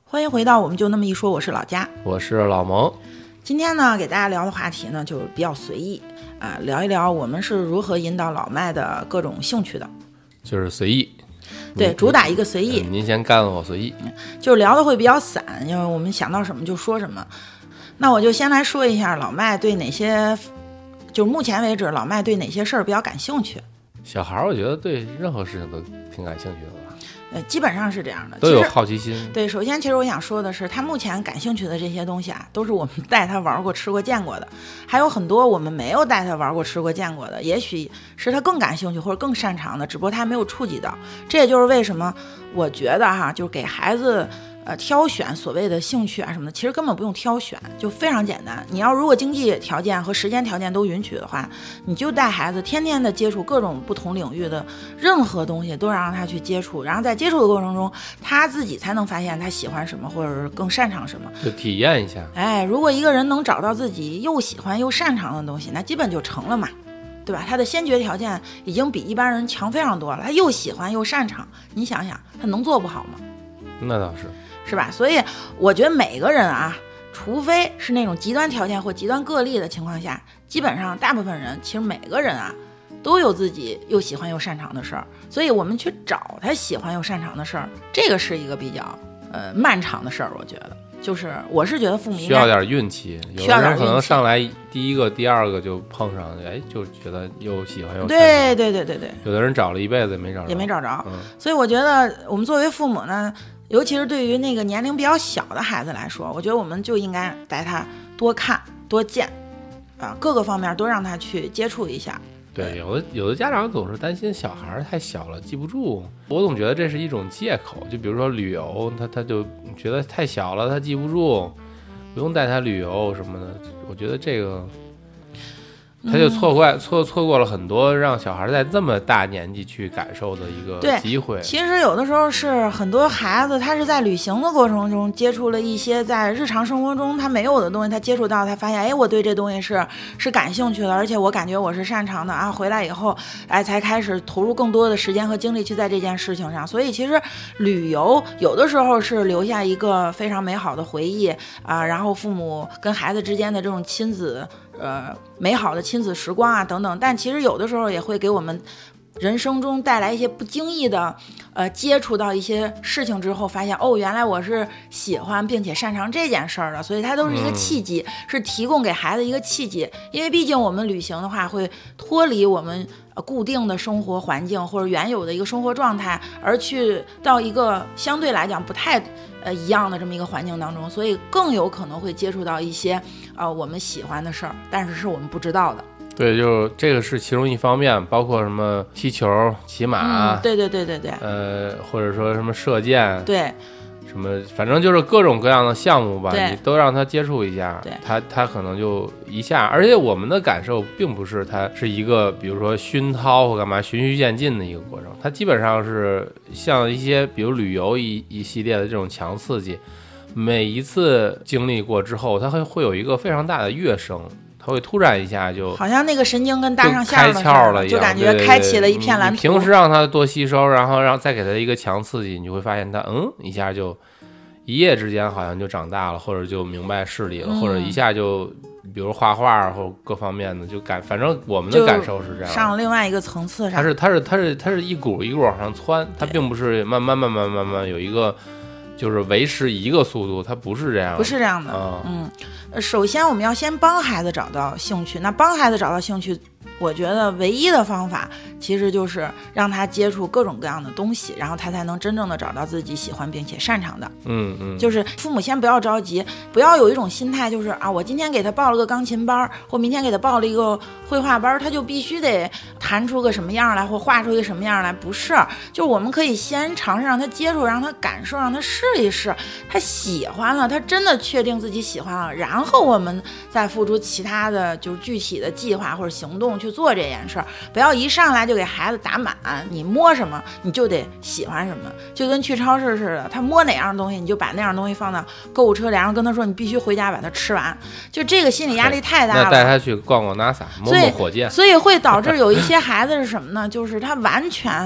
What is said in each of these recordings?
欢迎回到我们就那么一说，我是老佳， 我是老蒙。 今天呢，给大家聊的话题呢就比较随意聊一聊我们是如何引导老麦的各种兴趣的， 就是随意。 对，主打一个随意。 您先干我随意。 就是聊的会比较散，因为我们想到什么就说什么。那我就先来说一下老麦对哪些，就是目前为止老麦对哪些事儿比较感兴趣。 小孩我觉得对任何事情都挺感兴趣的吧。 基本上是这样的， 都有好奇心。 对，首先其实我想说的是，他目前感兴趣的这些东西都是我们带他玩过、吃过、见过的，还有很多我们没有带他玩过、吃过、见过的，也许是他更感兴趣或者更擅长的，只不过他还没有触及到。这也就是为什么我觉得就是给孩子挑选所谓的兴趣什么的，其实根本不用挑选，就非常简单。你要如果经济条件和时间条件都允许的话，你就带孩子天天的接触各种不同领域的任何东西，都让他去接触，然后在接触的过程中，他自己才能发现他喜欢什么或者是更擅长什么， 就体验一下。 如果一个人能找到自己又喜欢又擅长的东西，那基本就成了嘛，对吧？他的先决条件已经比一般人强非常多了，他又喜欢又擅长，你想想他能做不好吗？ 那倒是吧？所以我觉得每个人除非是那种极端条件或极端个例的情况下，基本上大部分人其实每个人都有自己又喜欢又擅长的事儿，所以我们去找他喜欢又擅长的事儿，这个是一个比较漫长的事儿。我觉得就是我是觉得父母需要点运气，有的人可能上来第一个第二个就碰上，就觉得又喜欢又擅长。 对， 有的人找了一辈子也没找着。 所以我觉得我们作为父母呢，尤其是对于那个年龄比较小的孩子来说，我觉得我们就应该带他多看多见各个方面都让他去接触一下。 对，有的家长总是担心小孩太小了记不住，我总觉得这是一种借口。就比如说旅游，他就觉得太小了他记不住，不用带他旅游什么的。我觉得这个他就错过了很多让小孩在这么大年纪去感受的一个机会。 其实有的时候是很多孩子他是在旅行的过程中接触了一些在日常生活中他没有的东西，他接触到他发现我对这东西是感兴趣的，而且我感觉我是擅长的回来以后才开始投入更多的时间和精力去在这件事情上。所以其实旅游有的时候是留下一个非常美好的回忆然后父母跟孩子之间的这种亲子美好的亲子时光等等，但其实有的时候也会给我们人生中带来一些不经意的接触到一些事情之后，发现原来我是喜欢并且擅长这件事儿的，所以它都是一个契机，是提供给孩子一个契机。因为毕竟我们旅行的话会脱离我们固定的生活环境或者原有的一个生活状态，而去到一个相对来讲不太一样的这么一个环境当中，所以更有可能会接触到一些我们喜欢的事儿，但是我们不知道的。 对，就这个是其中一方面，包括什么踢球、骑马， 对， 或者说什么射箭， 对， 什么反正就是各种各样的项目吧， 你都让他接触一下，他可能就一下。而且我们的感受并不是它是一个比如说熏陶或干嘛循序渐进的一个过程，它基本上是像一些比如旅游一系列的这种强刺激，每一次经历过之后，它会有一个非常大的跃升。它会突然一下就好像那个神经跟搭上线开窍了一样， 就感觉开启了一片蓝图。 平时让它多吸收，然后再给它一个强刺激，你就会发现它一下就一夜之间好像就长大了，或者就明白事理了，或者一下就比如画画或者各方面的就反正我们的感受是这样， 上了另外一个层次上。 它是一股一股往上窜，它并不是慢慢有一个就是维持一个速度，它不是这样的， 不是这样的。首先我们要先帮孩子找到兴趣，那帮孩子找到兴趣，我觉得唯一的方法其实就是让他接触各种各样的东西，然后他才能真正的找到自己喜欢并且擅长的。就是父母先不要着急，不要有一种心态就是我今天给他报了个钢琴班，或明天给他报了一个绘画班，他就必须得弹出个什么样来或画出一个什么样来。不是，就是我们可以先尝试让他接触，让他感受，让他试一试，他喜欢了，他真的确定自己喜欢了，然后我们再付出其他的就是具体的计划或者行动去做这件事儿。不要一上来就给孩子打满，你摸什么你就得喜欢什么，就跟去超市似的，他摸哪样东西你就把那样东西放到购物车里，然后跟他说你必须回家把它吃完，就这个心理压力太大了。 那带他去逛逛 NASA 摸摸火箭， 所以会导致有一些孩子是什么呢，就是他完全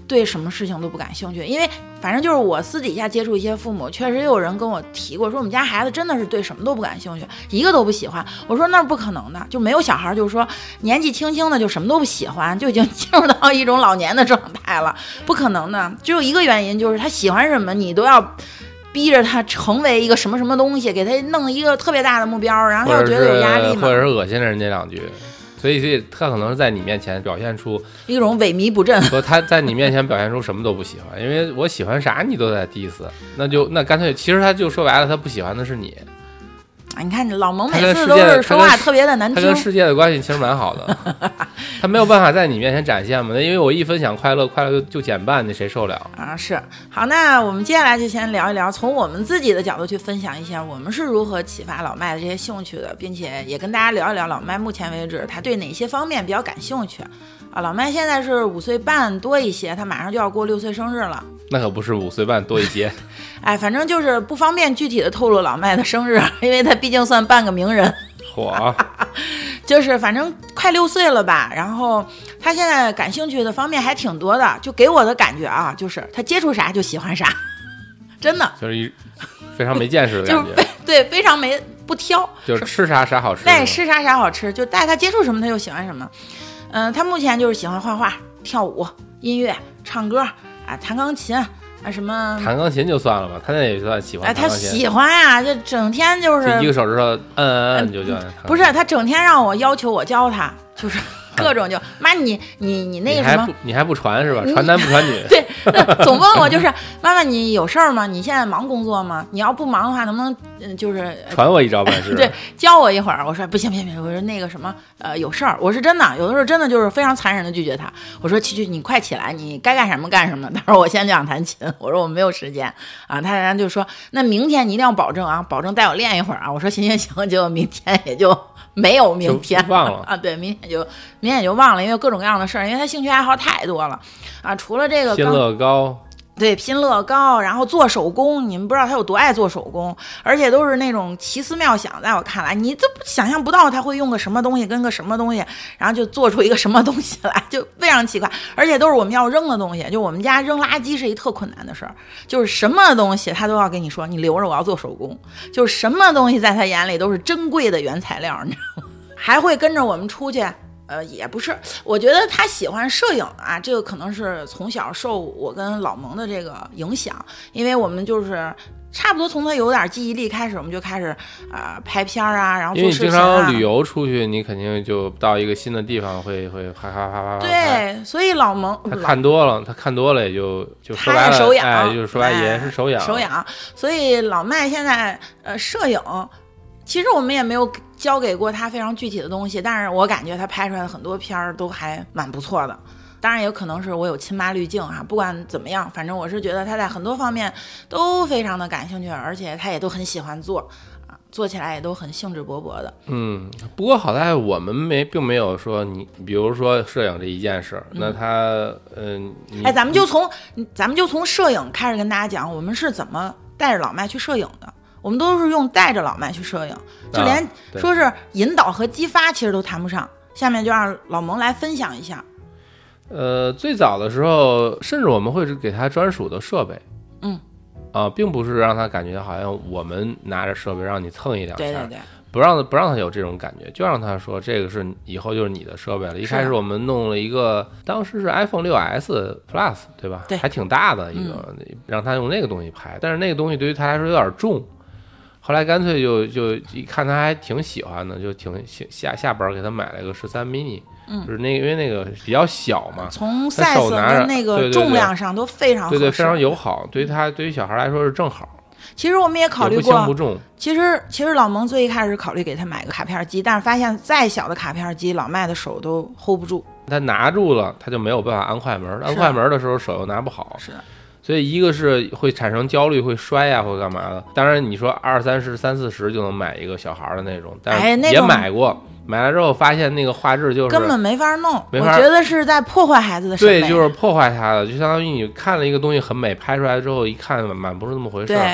对什么事情都不感兴趣。因为反正就是我私底下接触一些父母，确实有人跟我提过，说我们家孩子真的是对什么都不感兴趣，一个都不喜欢。我说那是不可能的，就没有小孩就是说年纪轻轻的就什么都不喜欢，就已经进入到一种老年的状态了，不可能的。只有一个原因，就是他喜欢什么你都要逼着他成为一个什么什么东西，给他弄一个特别大的目标，然后他就觉得有压力嘛， 或者是恶心人家两句。所以他可能是在你面前表现出一种萎靡不振， 说他在你面前表现出什么都不喜欢，因为我喜欢啥你都在 diss， 那干脆其实他就说白了，他不喜欢的是你。 你看老蒙每次都是说话特别的难听， 他跟世界的关系其实蛮好的，他没有办法在你面前展现嘛，因为我一分享快乐就减半，那谁受了啊？是。好，那我们接下来就先聊一聊，从我们自己的角度去分享一下我们是如何启发老麦的这些兴趣的，并且也跟大家聊一聊老麦目前为止他对哪些方面比较感兴趣啊。老麦现在是5岁半多一些，他马上就要过6岁生日了。 那可不是5岁半多一些哎，反正就是不方便具体的透露老麦的生日，因为他毕竟算半个名人。 嚯就是反正快6岁了吧，然后他现在感兴趣的方面还挺多的，就给我的感觉啊，就是他接触啥就喜欢啥，真的就是非常没见识的感觉， 就是对，非常不挑， 就是吃啥啥好吃， 对，吃啥啥好吃，就带他接触什么他就喜欢什么。他目前就是喜欢画画、跳舞、音乐、唱歌啊，弹钢琴啊，什么弹钢琴就算了吧，他那也算喜欢弹钢琴。 他喜欢啊，就整天就是一个手指头摁就不是，他整天让我要求我教他，就是各种就妈你那个什么， 你还不传是吧？传男不传女。 对，总问我就是妈妈你有事儿吗？你现在忙工作吗？你要不忙的话，能不能就是传我一招半式？ 对，教我一会儿。我说不行，我说那个什么有事儿。我是真的，有的时候真的就是非常残忍的拒绝他。我说琪琪你快起来，你该干什么干什么。他说我现在就想弹琴。我说我没有时间啊。他然后就说那明天你一定要保证啊，保证带我练一会儿啊。我说行。结果明天也就没有明天忘了啊。对，明天就忘了，因为各种各样的事儿，因为他兴趣爱好太多了啊。除了这个拼乐高。 对，拼乐高，然后做手工，你们不知道他有多爱做手工，而且都是那种奇思妙想，在我看来你都想象不到他会用个什么东西跟个什么东西，然后就做出一个什么东西来，就非常奇怪，而且都是我们要扔的东西，就我们家扔垃圾是一特困难的事儿，就是什么东西他都要跟你说你留着我要做手工，就是什么东西在他眼里都是珍贵的原材料，你知道吗？还会跟着我们出去也不是，我觉得他喜欢摄影啊，这个可能是从小受我跟老蒙的这个影响，因为我们就是差不多从他有点记忆力开始，我们就开始拍片啊，然后做视频啊。因为你经常旅游出去，你肯定就到一个新的地方会啪。 对，所以老蒙他看多了也就说白了， 手痒， 哎，就是说白了也是手痒。 所以老麦现在摄影。其实我们也没有教给过他非常具体的东西，但是我感觉他拍出来的很多片儿都还蛮不错的。当然也有可能是我有亲妈滤镜啊，不管怎么样，反正我是觉得他在很多方面都非常的感兴趣，而且他也都很喜欢做啊，做起来也都很兴致勃勃的。 不过好在我们并没有说你，比如说摄影这一件事，那他咱们就从摄影开始跟大家讲，我们是怎么带着老麦去摄影的。我们都是用带着老麦去摄影，就连说是引导和激发其实都谈不上。下面就让老蒙来分享一下。 最早的时候，甚至我们会给他专属的设备，并不是让他感觉好像我们拿着设备让你蹭一两下， 对， 不让他有这种感觉，就让他说这个是以后就是你的设备了。一开始我们弄了一个，当时是 iPhone 6S Plus 对吧？ 对， 还挺大的一个，让他用那个东西拍，但是那个东西对于他来说有点重。后来干脆就一看他还挺喜欢的，就下本给他买了个13 mini，就是因为那个比较小嘛， 从 size 跟那个重量上都非常合适， 对，非常友好，对于小孩来说是正好。 其实我们也考虑过， 不轻不重。 其实老蒙最一开始考虑给他买个卡片机，但是发现再小的卡片机，老麦的手都 hold 不住。 他拿住了，他就没有办法按快门，按快门的时候手又拿不好。 是。 所以一个是会产生焦虑，会摔呀，或干嘛的。当然你说20、30、30就能买一个小孩的那种，但是也买过，买了之后发现那个画质就是根本没法弄，我觉得是在破坏孩子的审美。 对，就是破坏他的，就相当于你看了一个东西很美，拍出来之后一看满不是那么回事。 对，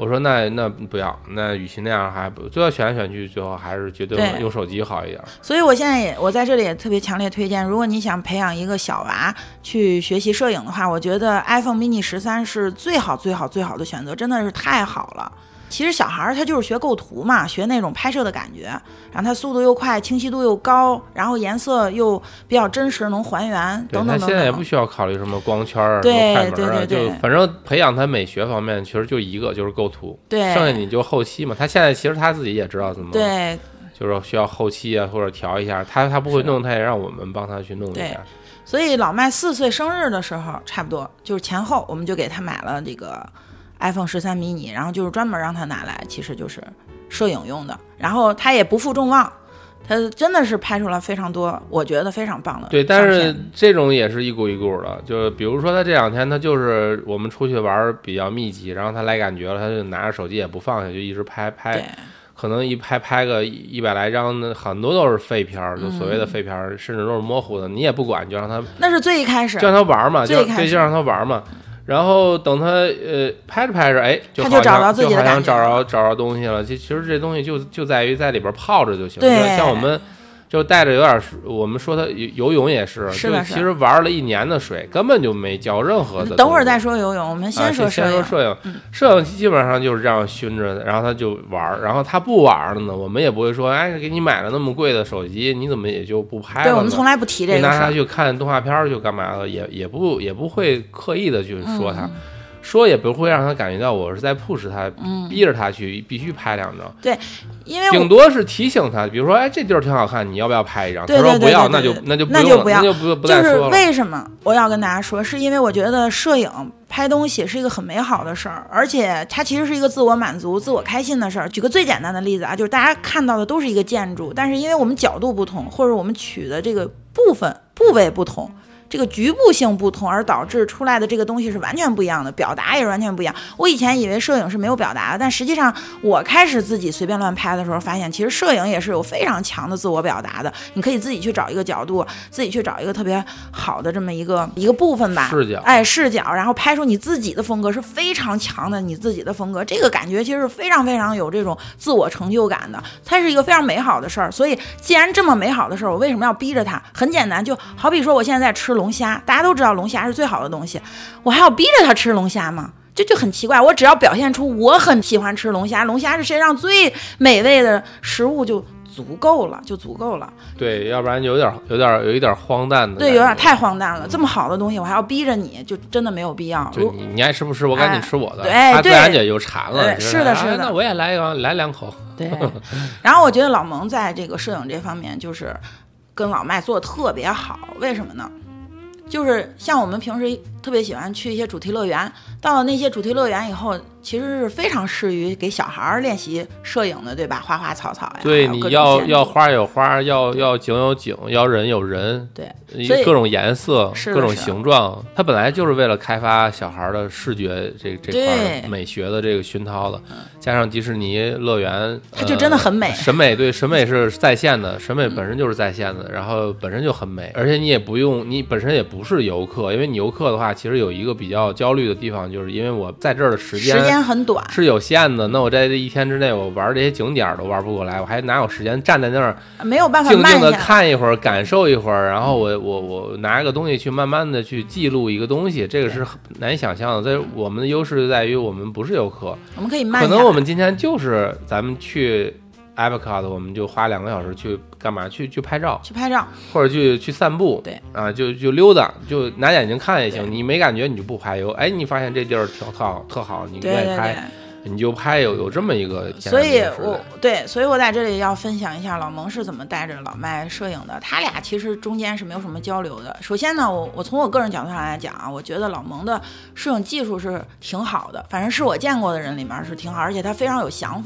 我说那不要，那与其那样还不最后选来选去，最后还是觉得用手机好一点。 所以我现在我在这里也特别强烈推荐，如果你想培养一个小娃去学习摄影的话，我觉得 iPhone mini 13是最好的选择，真的是太好了。其实小孩他就是学构图嘛，学那种拍摄的感觉，然后他速度又快，清晰度又高，然后颜色又比较真实，能还原等等等等。 他现在也不需要考虑什么光圈啊， 对快门啊， 对， 就反正培养他美学方面，其实就一个就是构图， 对， 剩下你就后期嘛。他现在其实他自己也知道怎么， 对， 就是需要后期啊或者调一下，他不会弄，他也让我们帮他去弄一下。 所以老麦4岁生日的时候，差不多就是前后，我们就给他买了这个iPhone 13 mini， 然后就是专门让他拿来，其实就是摄影用的。然后他也不负众望，他真的是拍出了非常多，我觉得非常棒的。 对，但是这种也是一股一股的，就比如说他这2天他就是我们出去玩比较密集，然后他来感觉了，他就拿着手机也不放下，就一直拍，可能一拍个100来张，很多都是废片，就所谓的废片，甚至都是模糊的，你也不管，就让他那是最一开始就让他玩嘛，就让他玩嘛。然后等他拍着拍着，哎， 他就找到自己的感觉， 找着东西了。其实这东西就在于在里边泡着就行。 对， 像我们就带着有点，我们说他游泳也是，就其实玩了1年的水，根本就没教任何的。 等会儿再说游泳，我们先说摄影。 摄影基本上就是这样熏着的，然后他就玩，然后他不玩了呢，我们也不会说，哎，给你买了那么贵的手机，你怎么也就不拍了呢？ 对，我们从来不提这个事儿。 拿它去看动画片去干嘛的，也不会刻意的去说他。说也不会让他感觉到我是在 push 他，逼着他去必须拍2张。 对，因为顶多是提醒他，比如说，哎，这地儿挺好看，你要不要拍1张？ 对， 他说不要，那就不要， 不再说了。 就是为什么我要跟大家说，是因为我觉得摄影拍东西是一个很美好的事儿，而且它其实是一个自我满足、自我开心的事儿。举个最简单的例子啊，就是大家看到的都是一个建筑，但是因为我们角度不同，或者我们取的这个部位不同，这个局部性不同，而导致出来的这个东西是完全不一样的，表达也是完全不一样。我以前以为摄影是没有表达的，但实际上我开始自己随便乱拍的时候，发现其实摄影也是有非常强的自我表达的。你可以自己去找一个角度，自己去找一个特别好的这么一个部分吧，视角，然后拍出你自己的风格，是非常强的你自己的风格。这个感觉其实是非常非常有这种自我成就感的，它是一个非常美好的事儿。所以既然这么美好的事儿，我为什么要逼着它？很简单，就好比说我现在在吃龙虾，大家都知道龙虾是最好的东西，我还要逼着他吃龙虾吗？就很奇怪。我只要表现出我很喜欢吃龙虾，龙虾是世界上最美味的食物就足够了。 对，要不然有一点荒诞的。 对，有点太荒诞了。这么好的东西我还要逼着你，就真的没有必要。 就你爱吃不吃，我赶紧吃我的。 他自然也就馋了。 是的。 那我也来2口。 对。然后我觉得老蒙在这个摄影这方面就是跟老麦做的特别好，为什么呢？就是像我们平时特别喜欢去一些主题乐园，到了那些主题乐园以后，其实是非常适于给小孩练习摄影的，对吧？花花草草呀， 对，你要花有花，要景有景，要人有人， 对， 各种颜色，各种形状，它本来就是为了开发小孩的视觉这块美学的这个熏陶的，加上迪士尼乐园， 它就真的很美， 审美是在线的，审美本身就是在线的，然后本身就很美，而且你也不用，你本身也不是游客，因为你游客的话，其实有一个比较焦虑的地方，就是因为我在这儿的时间很短， 是有限的。那我在这1天之内，我玩这些景点都玩不过来，我还哪有时间站在那儿没有办法静静的看一会儿，感受一会儿，然后我拿一个东西去慢慢的去记录一个东西，这个是难以想象的。在我们的优势在于我们不是游客， 我们可以慢下来， 可能我们今天就是咱们去Epcot， 我们就花2个小时去干嘛？去拍照，或者去散步， 对啊， 就溜达，就拿眼睛看也行。你没感觉你就不拍，你发现这地儿特好，你愿意拍，你就拍，有这么一个。 所以我在这里要分享一下老蒙是怎么带着老麦摄影的。他俩其实中间是没有什么交流的。首先呢，我从我个人角度上来讲啊，我觉得老蒙的摄影技术是挺好的，反正是我见过的人里面是挺好，而且他非常有想法。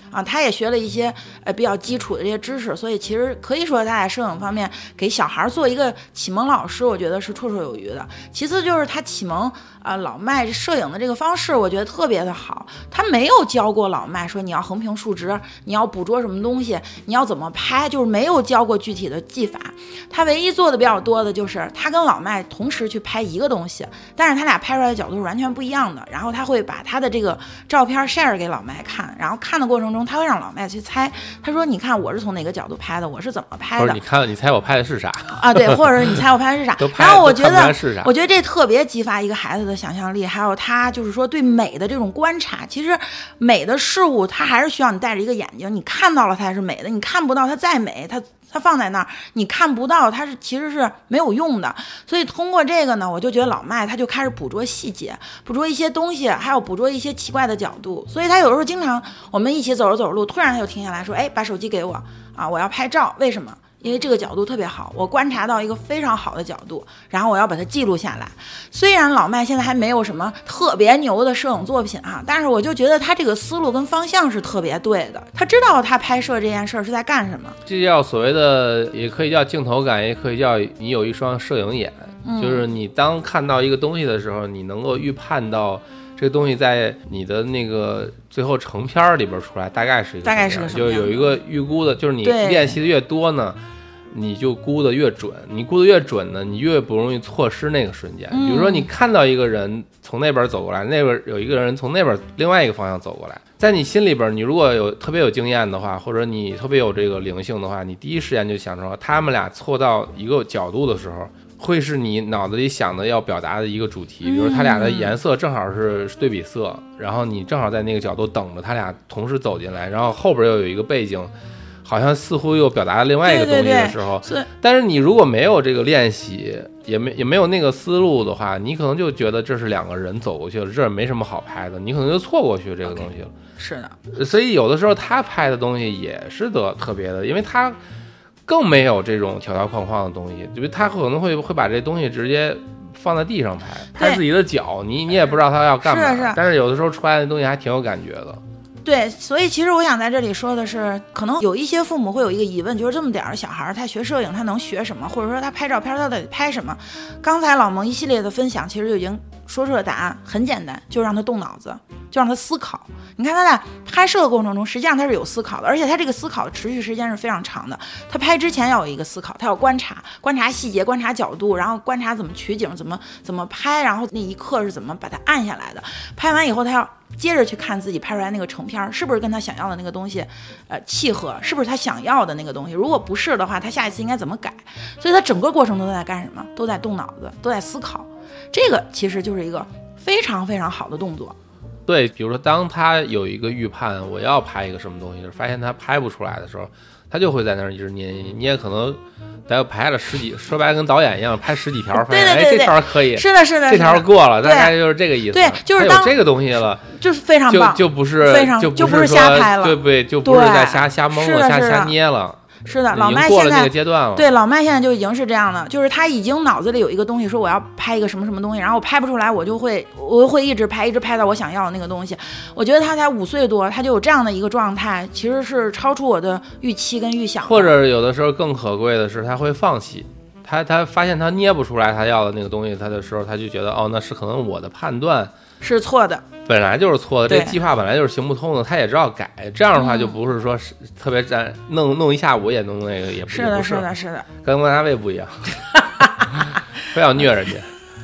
啊，他也学了一些比较基础的这些知识，所以其实可以说他在摄影方面给小孩做一个启蒙老师，我觉得是绰绰有余的。其次就是他启蒙老麦摄影的这个方式，我觉得特别的好。他没有教过老麦说你要横平竖直，你要捕捉什么东西，你要怎么拍，就是没有教过具体的技法。他唯一做的比较多的就是他跟老麦同时去拍一个东西，但是他俩拍出来的角度是完全不一样的。然后他会把他的这个照片 share 给老麦看，然后看的过程中他会让老麦去猜，他说你看我是从哪个角度拍的，我是怎么拍的， 或者你猜我拍的是啥啊？对，或者是你猜我拍的是啥然后我觉得这特别激发一个孩子的想象力，还有他就是说对美的这种观察。其实美的事物它还是需要你带着一个眼睛，你看到了它是美的，你看不到它再美，它放在那儿你看不到，它其实是没有用的。所以通过这个呢，我就觉得老麦他就开始捕捉细节，捕捉一些东西，还有捕捉一些奇怪的角度。所以他有的时候经常我们一起走着路，突然他就停下来说，哎，把手机给我啊，我要拍照。为什么？因为这个角度特别好，我观察到一个非常好的角度，然后我要把它记录下来。虽然老麦现在还没有什么特别牛的摄影作品啊，但是我就觉得他这个思路跟方向是特别对的，他知道他拍摄这件事是在干什么。 这叫所谓的，也可以叫镜头感，也可以叫你有一双摄影眼，就是你当看到一个东西的时候，你能够预判到这个东西在你的那个最后成片里边出来大概是一个什么样，就有一个预估的，就是你练习的越多呢，你就估的越准，你估的越准呢，你越不容易错失那个瞬间。比如说你看到一个人从那边走过来，那边有一个人从那边另外一个方向走过来，在你心里边，你如果有特别有经验的话，或者你特别有这个灵性的话，你第一时间就想说他们俩错到一个角度的时候，会是你脑子里想的要表达的一个主题。比如他俩的颜色正好是对比色，然后你正好在那个角度等着他俩同时走进来，然后后边又有一个背景，好像似乎又表达了另外一个东西的时候， 对， 但是你如果没有这个练习，也没有那个思路的话，你可能就觉得这是两个人走过去了，这没什么好拍的，你可能就错过去这个东西了。 是的， 所以有的时候他拍的东西也是特别的，因为他更没有这种条条框框的东西，就是他可能会把这东西直接放在地上拍自己的脚，你也不知道他要干嘛， 是但是有的时候出来的东西还挺有感觉的。 对，所以其实我想在这里说的是，可能有一些父母会有一个疑问，就是这么点儿小孩他学摄影他能学什么，或者说他拍照片他得拍什么。刚才老蒙一系列的分享其实就已经说出了答案，很简单，就让他动脑子，就让他思考。你看他在拍摄的过程中实际上他是有思考的，而且他这个思考的持续时间是非常长的。他拍之前要有一个思考，他要观察细节，观察角度，然后观察怎么取景，怎么拍，然后那一刻是怎么把它按下来的。拍完以后他要接着去看自己拍出来那个成片是不是跟他想要的那个东西契合，是不是他想要的那个东西。如果不是的话，他下一次应该怎么改。所以他整个过程都在干什么？都在动脑子，都在思考。这个其实就是一个非常非常好的动作。 对，比如说当他有一个预判，我要拍一个什么东西，发现他拍不出来的时候，他就会在那儿一直捏，你也可能大概拍了十几，说白了跟导演一样，拍十几条，发现对这条可以， 是的， 这条过了，大概就是这个意思。 对，就是有这个东西了， 就是非常棒， 就不是就不是瞎拍了， 对不对？就不是在瞎蒙了，瞎捏了。 是的，老麦现在那个阶段了。 对，老麦现在就已经是这样的，就是他已经脑子里有一个东西，说我要拍一个什么什么东西，然后我拍不出来，我会一直拍到我想要的那个东西。我觉得他才5岁多，他就有这样的一个状态，其实是超出我的预期跟预想。 或者有的时候更可贵的是，他会放弃。他发现他捏不出来他要的那个东西，他的时候他就觉得那是可能我的判断是错的， 本来就是错的，这计划本来就是行不通的，他也知道改。这样的话就不是说特别弄一下午也弄那个，也不是的，是的， 跟莫大卫不一样，非要虐人家。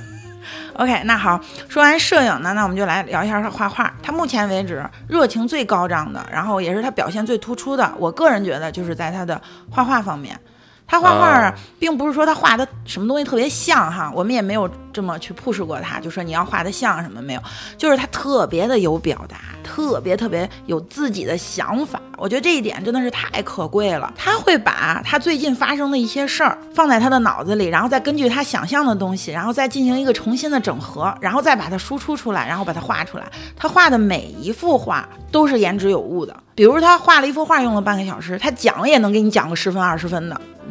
OK， 那好，说完摄影呢，那我们就来聊一下他画画。他目前为止热情最高涨的，然后也是他表现最突出的，我个人觉得就是在他的画画方面。他画画并不是说他画的什么东西特别像哈，我们也没有这么去 push 过他，就说你要画的像什么没有，就是他特别的有表达，特别有自己的想法。我觉得这一点真的是太可贵了。他会把他最近发生的一些事儿放在他的脑子里，然后再根据他想象的东西，然后再进行一个重新的整合，然后再把它输出出来，然后把它画出来。他画的每一幅画都是言之有物的。比如他画了一幅画用了半个小时，他讲也能给你讲个10分20分的。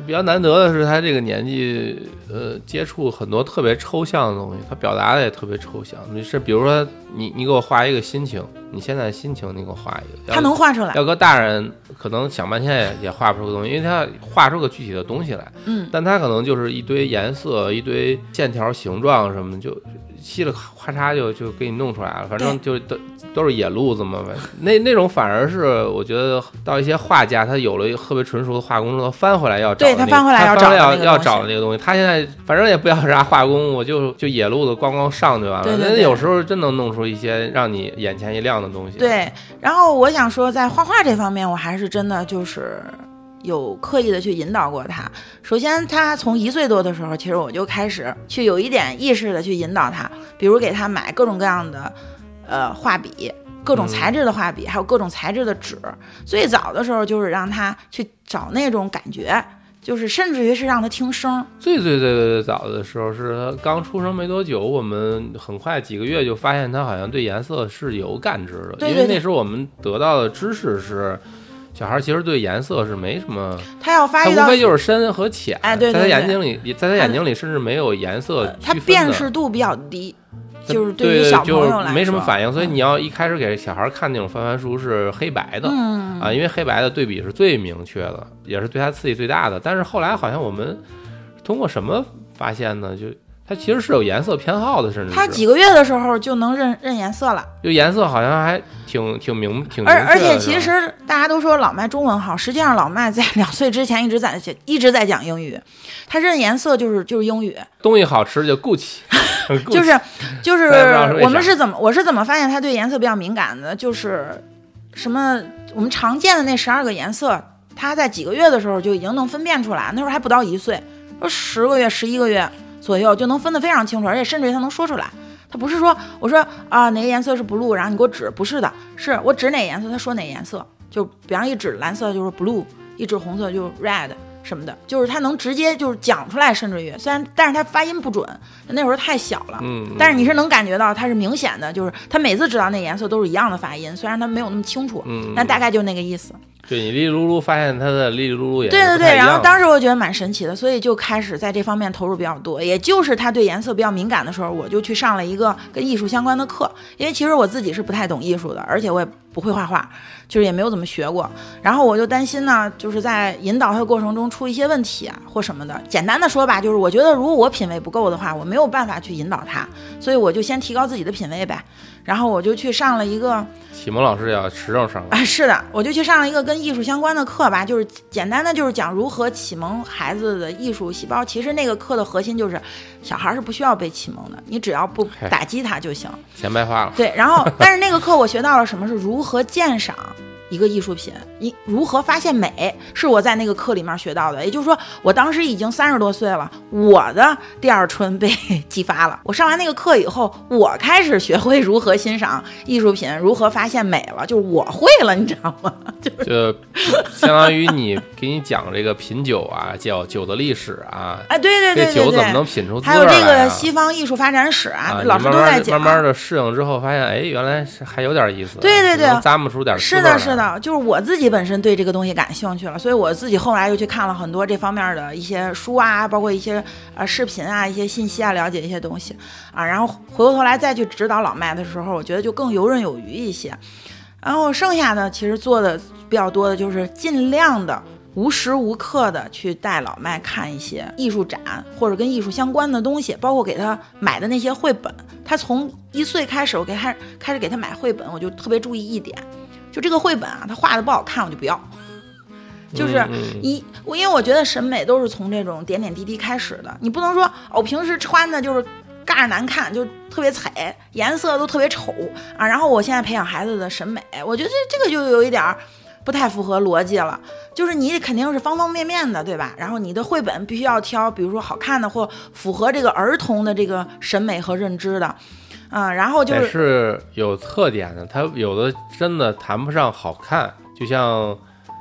比较难得的是，他这个年纪，接触很多特别抽象的东西，他表达的也特别抽象。是比如说你给我画一个心情，你现在心情你给我画一个， 他能画出来。 要搁大人可能想半天也画不出个东西，因为他画出个具体的东西来。但他可能就是一堆颜色、一堆线条、形状什么，就稀里咔嚓就给你弄出来了，反正就都是野路子嘛。那种反而是我觉得到一些画家，他有了特别纯熟的画工之后，翻回来要找、那个， 对他翻回来要找那个东西。他现在反正也不要啥画工，我就野路子咣上就完了。 对对对， 有时候真能弄出一些让你眼前一亮的东西。 对，然后我想说，在画画这方面，我还是真的就是有刻意的去引导过他。首先他从1岁多的时候，其实我就开始去有一点意识的去引导他，比如给他买各种各样的画笔，各种材质的画笔，还有各种材质的纸。最早的时候就是让他去找那种感觉，就是甚至于是让他听声。 最早的时候是他刚出生没多久，我们很快几个月就发现他好像对颜色是有感知的。 对， 因为那时候我们得到的知识是小孩其实对颜色是没什么， 他要发育到他无非就是深和浅。 对， 在他眼睛里甚至没有颜色区分的， 他辨识度比较低，就是对于小朋友来说就是没什么反应。所以你要一开始给小孩看那种翻翻书是黑白的，因为黑白的对比是最明确的，也是对他刺激最大的。但是后来好像我们通过什么发现呢？就它其实是有颜色偏好的，甚至他几个月的时候就能认颜色了， 就颜色好像还挺明确的。 而且其实大家都说老麦中文好，实际上老麦在2岁之前一直在讲英语，他认颜色就是英语。 东西好吃就Gucci， 就是我是怎么发现他对颜色比较敏感的？就是什么我们常见的那12个颜色，他在几个月的时候就已经能分辨出来，那时候还不到1岁，说10个月、11个月左右就能分得非常清楚，而且甚至于他能说出来。他不是说我说哪个颜色是 blue， 然后你给我指，不是的，是我指哪个颜色他说哪个颜色，就比方一指蓝色就是 blue， 一指红色就是 red 什么的，就是他能直接就是讲出来，甚至于但是他发音不准，那会儿太小了，但是你是能感觉到他是明显的，就是他每次知道那颜色都是一样的发音，虽然他没有那么清楚，但大概就那个意思。 对，你哩哩噜噜发现他的哩哩噜噜也对，然后当时我觉得蛮神奇的，所以就开始在这方面投入比较多。也就是他对颜色比较敏感的时候，我就去上了一个跟艺术相关的课，因为其实我自己是不太懂艺术的，而且我也不会画画，就是也没有怎么学过。然后我就担心呢，就是在引导他的过程中出一些问题啊或什么的。简单的说吧，就是我觉得如果我品味不够的话，我没有办法去引导他，所以我就先提高自己的品味呗。然后我就去上了一个启蒙老师要持证上了是的，我就去上了一个跟艺术相关的课吧，就是简单的就是讲如何启蒙孩子的艺术细胞。其实那个课的核心就是小孩是不需要被启蒙的，你只要不打击他就行。 钱白花了。 对，然后但是那个课我学到了什么是如何鉴赏一个艺术品，如何发现美，是我在那个课里面学到的。也就是说我当时已经30多岁了，我的第二春被激发了。我上完那个课以后，我开始学会如何欣赏艺术品，如何发现美了，就是我会了，你知道吗？ 就相当于你给你讲这个品酒啊，酒的历史啊， 对， 这酒怎么能品出滋味来啊， 还有这个西方艺术发展史啊，老师都在讲。 慢慢的适应之后发现，原来是还有点意思。 对， 能咂摸出点滋味来。 是的，就是我自己本身对这个东西感兴趣了，所以我自己后来又去看了很多这方面的一些书啊，包括一些视频啊，一些信息啊，了解一些东西啊，然后回过头来再去指导老麦的时候，我觉得就更游刃有余一些。然后剩下的其实做的比较多的就是尽量的无时无刻的去带老麦看一些艺术展或者跟艺术相关的东西，包括给他买的那些绘本。他从1岁开始，我开始给他买绘本，我就特别注意一点，就这个绘本啊，他画的不好看我就不要。就是因为我觉得审美都是从这种点点滴滴开始的，你不能说我平时穿的就是嘎着难看，就特别彩，颜色都特别丑啊，然后我现在培养孩子的审美，我觉得这个就有一点不太符合逻辑了。就是你肯定是方方面面的，对吧？然后你的绘本必须要挑比如说好看的或符合这个儿童的这个审美和认知的然后是有特点的，它有的真的谈不上好看，就像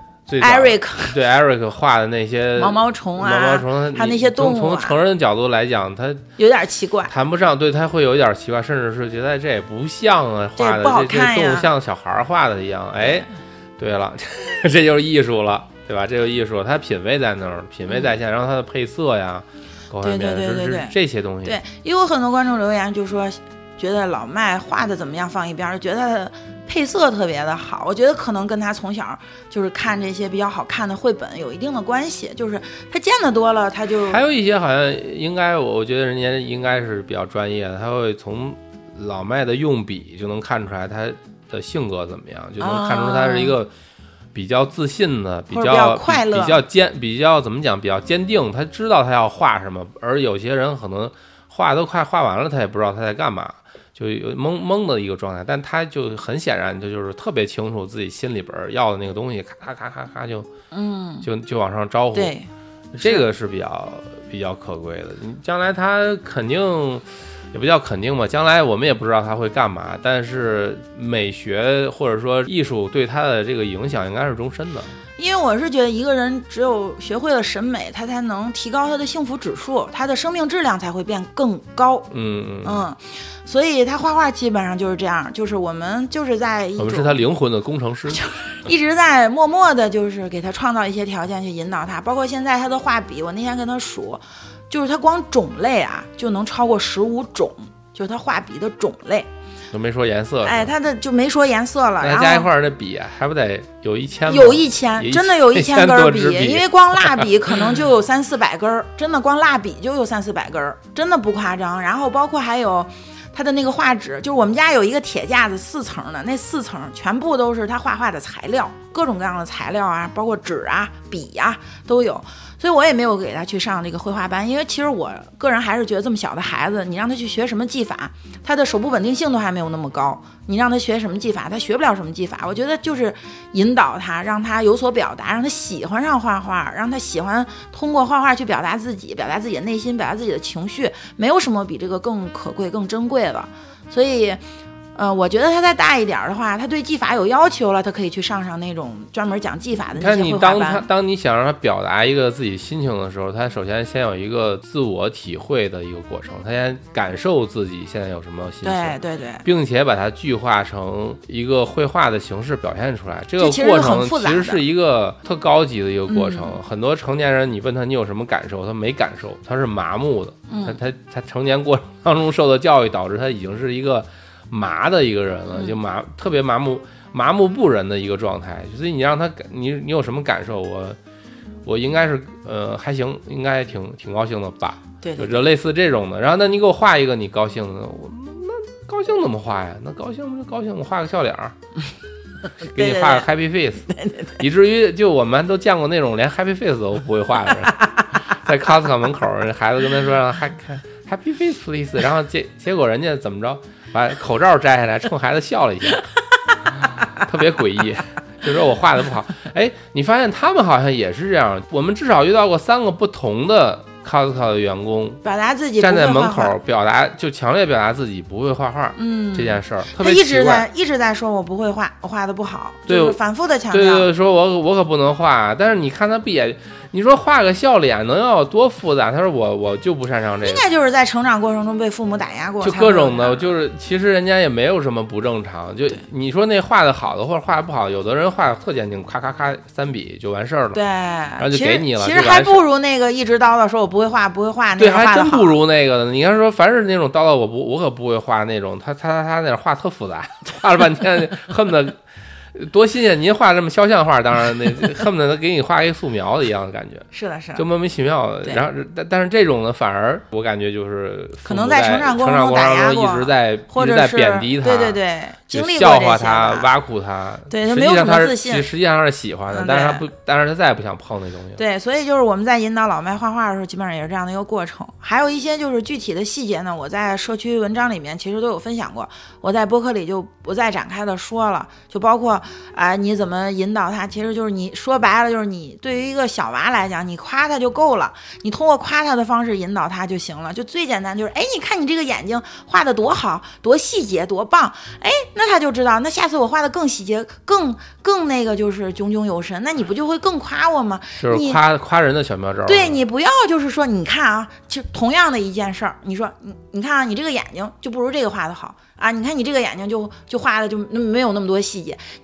Eric 画的那些毛毛虫啊，还有那些动物从成人角度来讲，它有点奇怪， 谈不上，对，它会有一点奇怪，甚至是觉得这也不像画的， 这不好看呀， 这动物像小孩画的一样。对了，这就是艺术了。 对吧？这个艺术他品味在那儿，品味在线，然后他的配色呀，各方面是这些东西。 对，因为有很多观众留言就说，觉得老麦画的怎么样放一边，就觉得配色特别的好。我觉得可能跟他从小就是看这些比较好看的绘本有一定的关系，就是他见得多了，他就还有一些好像应该，我觉得人家应该是比较专业的，他会从老麦的用笔就能看出来他的性格怎么样，就能看出他是一个比较自信的，比较快乐， 比较怎么讲，比较坚定，他知道他要画什么。而有些人可能画都快画完了，他也不知道他在干嘛，就有懵的一个状态。但他就很显然就是特别清楚自己心里边要的那个东西，咔咔咔咔就往上招呼。 对， 这个是比较可贵的。你将来他肯定。也不叫肯定吧，将来我们也不知道他会干嘛，但是美学或者说艺术对他的这个影响应该是终身的。 因为我是觉得一个人只有学会了审美，他才能提高他的幸福指数，他的生命质量才会变更高。所以他画画基本上就是这样，就是我们就是在我们是他灵魂的工程师， 一直在默默的就是给他创造一些条件去引导他，包括现在他的画笔，我那天跟他数，就是他光种类啊就能超过15种，就是他画笔的种类。 都没说颜色， 他的就没说颜色了， 那加一块的笔还不得有1000？ 有1000，真的有1000根笔，因为光蜡笔可能就有300-400根，真的光蜡笔就有300-400根，真的不夸张。然后包括还有他的那个画纸，就是我们家有一个铁架子4层的，那4层全部都是他画画的材料，各种各样的材料啊，包括纸啊、笔啊都有。所以我也没有给他去上这个绘画班，因为其实我个人还是觉得这么小的孩子，你让他去学什么技法，他的手部稳定性都还没有那么高，你让他学什么技法，他学不了什么技法。我觉得就是引导他，让他有所表达，让他喜欢上画画，让他喜欢通过画画去表达自己，表达自己的内心，表达自己的情绪，没有什么比这个更可贵更珍贵了。所以我觉得他再大一点的话，他对技法有要求了，他可以去上那种专门讲技法的那些绘画班。 当你想让他表达一个自己心情的时候，他首先先有一个自我体会的一个过程，他先感受自己现在有什么心情， 对， 并且把它具化成一个绘画的形式表现出来。这个过程其实是一个特高级的一个过程。很多成年人，你问他你有什么感受，他没感受，他是麻木的。他成年过程当中受的教育导致他已经是一个麻的一个人了，就特别麻木不仁的一个状态。所以你让他你有什么感受，我应该是还行，应该挺高兴的吧， 对， 就类似这种的。然后那你给我画一个你高兴的，那高兴怎么画呀？那高兴就高兴，我画个笑脸给你画个 happy face， 对， 以至于就我们都见过那种连 happy face 都不会画的人，在 Costco 门口，孩子跟他说让happy face please， 然后结果人家怎么着？把口罩摘下来，冲孩子笑了一下，特别诡异。就说我画的不好，你发现他们好像也是这样。我们至少遇到过3个不同的 Costco 的员工， 表达自己站在门口就强烈表达自己不会画画，这件事儿特别奇怪。 一直在说我不会画，我画的不好，就是反复的强调。 对，说我可不能画，但是你看他不也？你说画个笑脸能要多复杂？他说我就不擅长这个。 应该就是在成长过程中被父母打压过， 就各种的，就是其实人家也没有什么不正常。就你说那画的好的或者画的不好，有的人画的特坚定，咔咔咔3笔就完事儿了。 对， 然后就给你了。 其实还不如那个一直叨叨说我不会画那个。 对，还真不如那个的。你看说，凡是那种叨叨我可不会画那种，他那画特复杂，画了半天恨不得。多新鲜！您画这么肖像画，当然那恨不得他给你画一个素描的一样的感觉。 是的， 就莫名其妙的。然后，但是这种呢，反而我感觉就是可能在成长过程中打压过，一直在贬低他， 对， 就笑话他、挖苦他。 对，他没有什么自信。 实际上他是喜欢的，但是他再也不想碰那东西。 对，所以就是我们在引导老麦画画的时候，基本上也是这样的一个过程。还有一些就是具体的细节呢，我在社区文章里面其实都有分享过，我在播客里就不再展开的说了，就包括。你怎么引导他？其实就是你说白了，就是你对于一个小娃来讲，你夸他就够了，你通过夸他的方式引导他就行了。就最简单就是，你看你这个眼睛画的多好，多细节，多棒，那他就知道，那下次我画的更细节，更那个就是炯炯有神，那你不就会更夸我吗？ 就是夸人的小妙招。 对，你不要就是说，你看啊，就同样的一件事儿，你说你看啊，你这个眼睛就不如这个画的好。啊，你看你这个眼睛就画的就没有那么多细节，你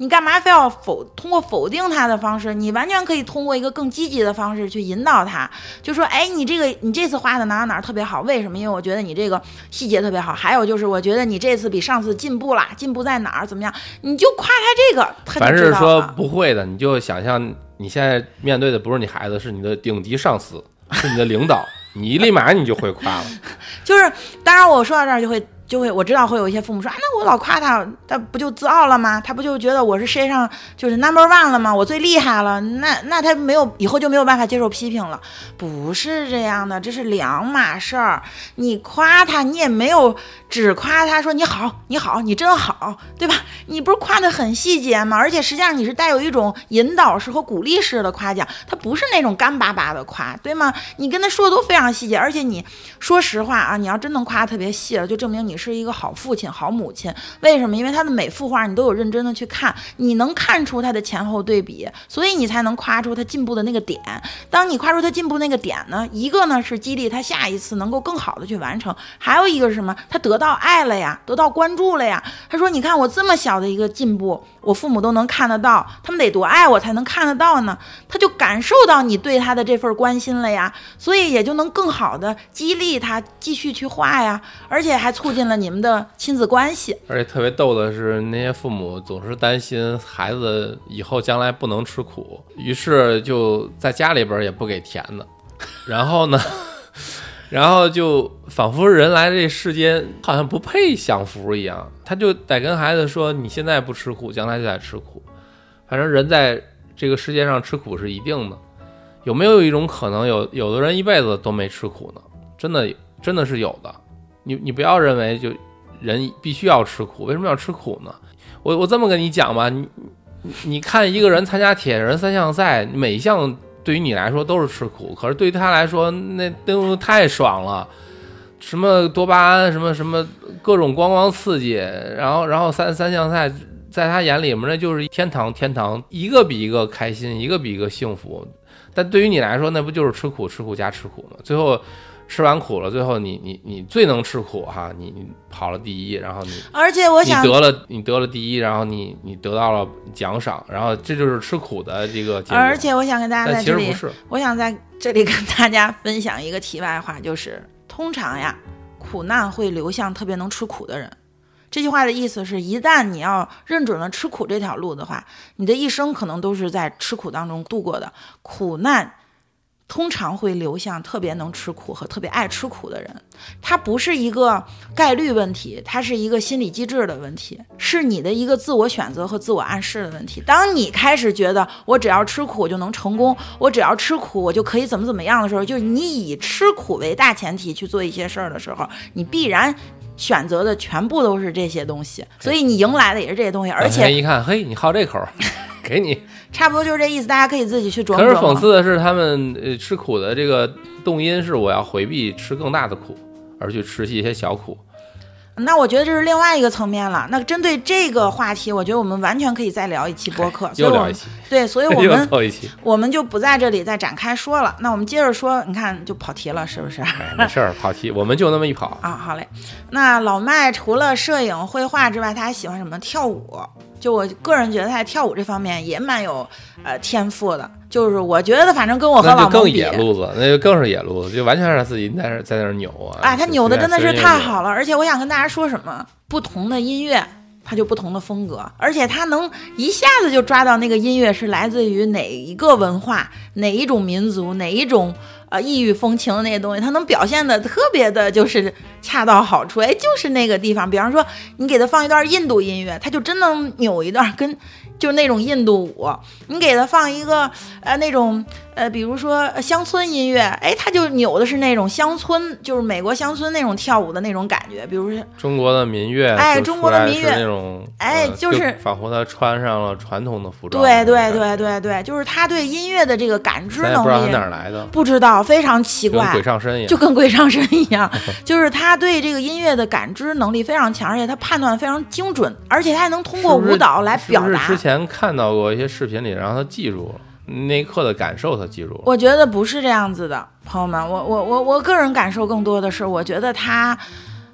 干嘛非要通过否定他的方式？你完全可以通过一个更积极的方式去引导他，就说，哎，你这次画的哪特别好，为什么？因为我觉得你这个细节特别好，还有就是我觉得你这次比上次进步了，进步在哪儿？怎么样？你就夸他这个，他就知道了。 凡是说不会的，你就想象你现在面对的不是你孩子，是你的顶级上司，是你的领导，你立马你就会夸了。 就是当然我说到这儿就会我知道会有一些父母说，啊，那我老夸他不就自傲了吗？他不就觉得我是世界上就是 No.1 了吗？我最厉害了，那他以后就没有办法接受批评了。不是这样的，这是两码事儿。你夸他，你也没有只夸他说你好，你真好，对吧？你不是夸的很细节吗？而且实际上你是带有一种引导式和鼓励式的夸奖，他不是那种干巴巴的夸，对吗？你跟他说的都非常细节，而且你说实话啊，你要真能夸特别细了，就证明你是一个好父亲、好母亲。为什么？因为他的每幅画你都有认真的去看，你能看出他的前后对比，所以你才能夸出他进步的那个点。当你夸出他进步那个点呢，一个呢是激励他下一次能够更好的去完成，还有一个是什么？他得到爱了呀，得到关注了呀。他说，你看我这么小的一个进步，我父母都能看得到，他们得多爱我才能看得到呢？他就感受到你对他的这份关心了呀，所以也就能更好的激励他继续去画呀，而且还促进了你们的亲子关系。 而且特别逗的是，那些父母总是担心孩子以后将来不能吃苦，于是就在家里边也不给甜的，然后呢然后就仿佛人来这世间好像不配享福一样，他就得跟孩子说，你现在不吃苦，将来就得吃苦。反正人在这个世界上吃苦是一定的。有没有一种可能，有的人一辈子都没吃苦呢？真的是有的。你不要认为就人必须要吃苦，为什么要吃苦呢？我这么跟你讲吧，你看一个人参加铁人三项赛，每一项对于你来说都是吃苦，可是对于他来说那都太爽了，什么多巴胺，什么各种光刺激，然后三项赛在他眼里面那就是天堂，一个比一个开心，一个比一个幸福。但对于你来说，那不就是吃苦加吃苦吗？最后吃完苦了，最后你最能吃苦哈，你跑了第一，然后而且我想你得了第一，然后你得到了奖赏，然后这就是吃苦的这个结果。 而且我想跟大家在这里， 其实不是， 我想在这里跟大家分享一个题外话，就是通常呀，苦难会流向特别能吃苦的人。这句话的意思是，一旦你要认准了吃苦这条路的话，你的一生可能都是在吃苦当中度过的。苦难通常会流向特别能吃苦和特别爱吃苦的人，它不是一个概率问题，它是一个心理机制的问题，是你的一个自我选择和自我暗示的问题。当你开始觉得我只要吃苦我就能成功，我只要吃苦我就可以怎么样的时候，就是你以吃苦为大前提去做一些事儿的时候，你必然选择的全部都是这些东西，所以你迎来的也是这些东西。而且一看，嘿，你好这口给你， 差不多就是这意思，大家可以自己去琢磨。 可是讽刺的是，他们吃苦的这个动因是我要回避吃更大的苦，而去吃一些小苦。 那我觉得这是另外一个层面了。那针对这个话题，我觉得我们完全可以再聊一期播客， 又聊一期。 对，所以我们就不在这里再展开说了。那我们接着说，你看就跑题了，是不是？ 没事儿，跑题，我们就那么一跑啊。好嘞。那老麦除了摄影、绘画之外，他还喜欢什么？跳舞。就我个人觉得他在跳舞这方面也蛮有天赋的。就是我觉得反正跟我和老蒙比， 那就更野路子，那就更是野路子，就完全是他自己在那儿扭啊！ 哎，他扭的真的是太好了，而且我想跟大家说什么，不同的音乐它就不同的风格，而且他能一下子就抓到那个音乐是来自于哪一个文化、哪一种民族、哪一种异域风情的那些东西，他能表现的特别的就是恰到好处。哎，就是那个地方，比方说你给他放一段印度音乐，他就真能扭一段跟就是那种印度舞。你给他放一个那种比如说乡村音乐，哎，他就扭的是那种乡村，就是美国乡村那种跳舞的那种感觉。比如说中国的民乐， 哎，中国的民乐那种， 哎，就是仿佛他穿上了传统的服装。 对，就是他对音乐的这个感知能力， 不知道他哪儿来的， 不知道，非常奇怪， 跟鬼上身一样， 就跟鬼上身一样，就是他对这个音乐的感知能力非常强，而且他判断非常精准，而且他还能通过舞蹈来表达。 是不是之前看到过一些视频里，让他记住了那一刻的感受，他记住了？ 我觉得不是这样子的，朋友们，我个人感受更多的是，我觉得他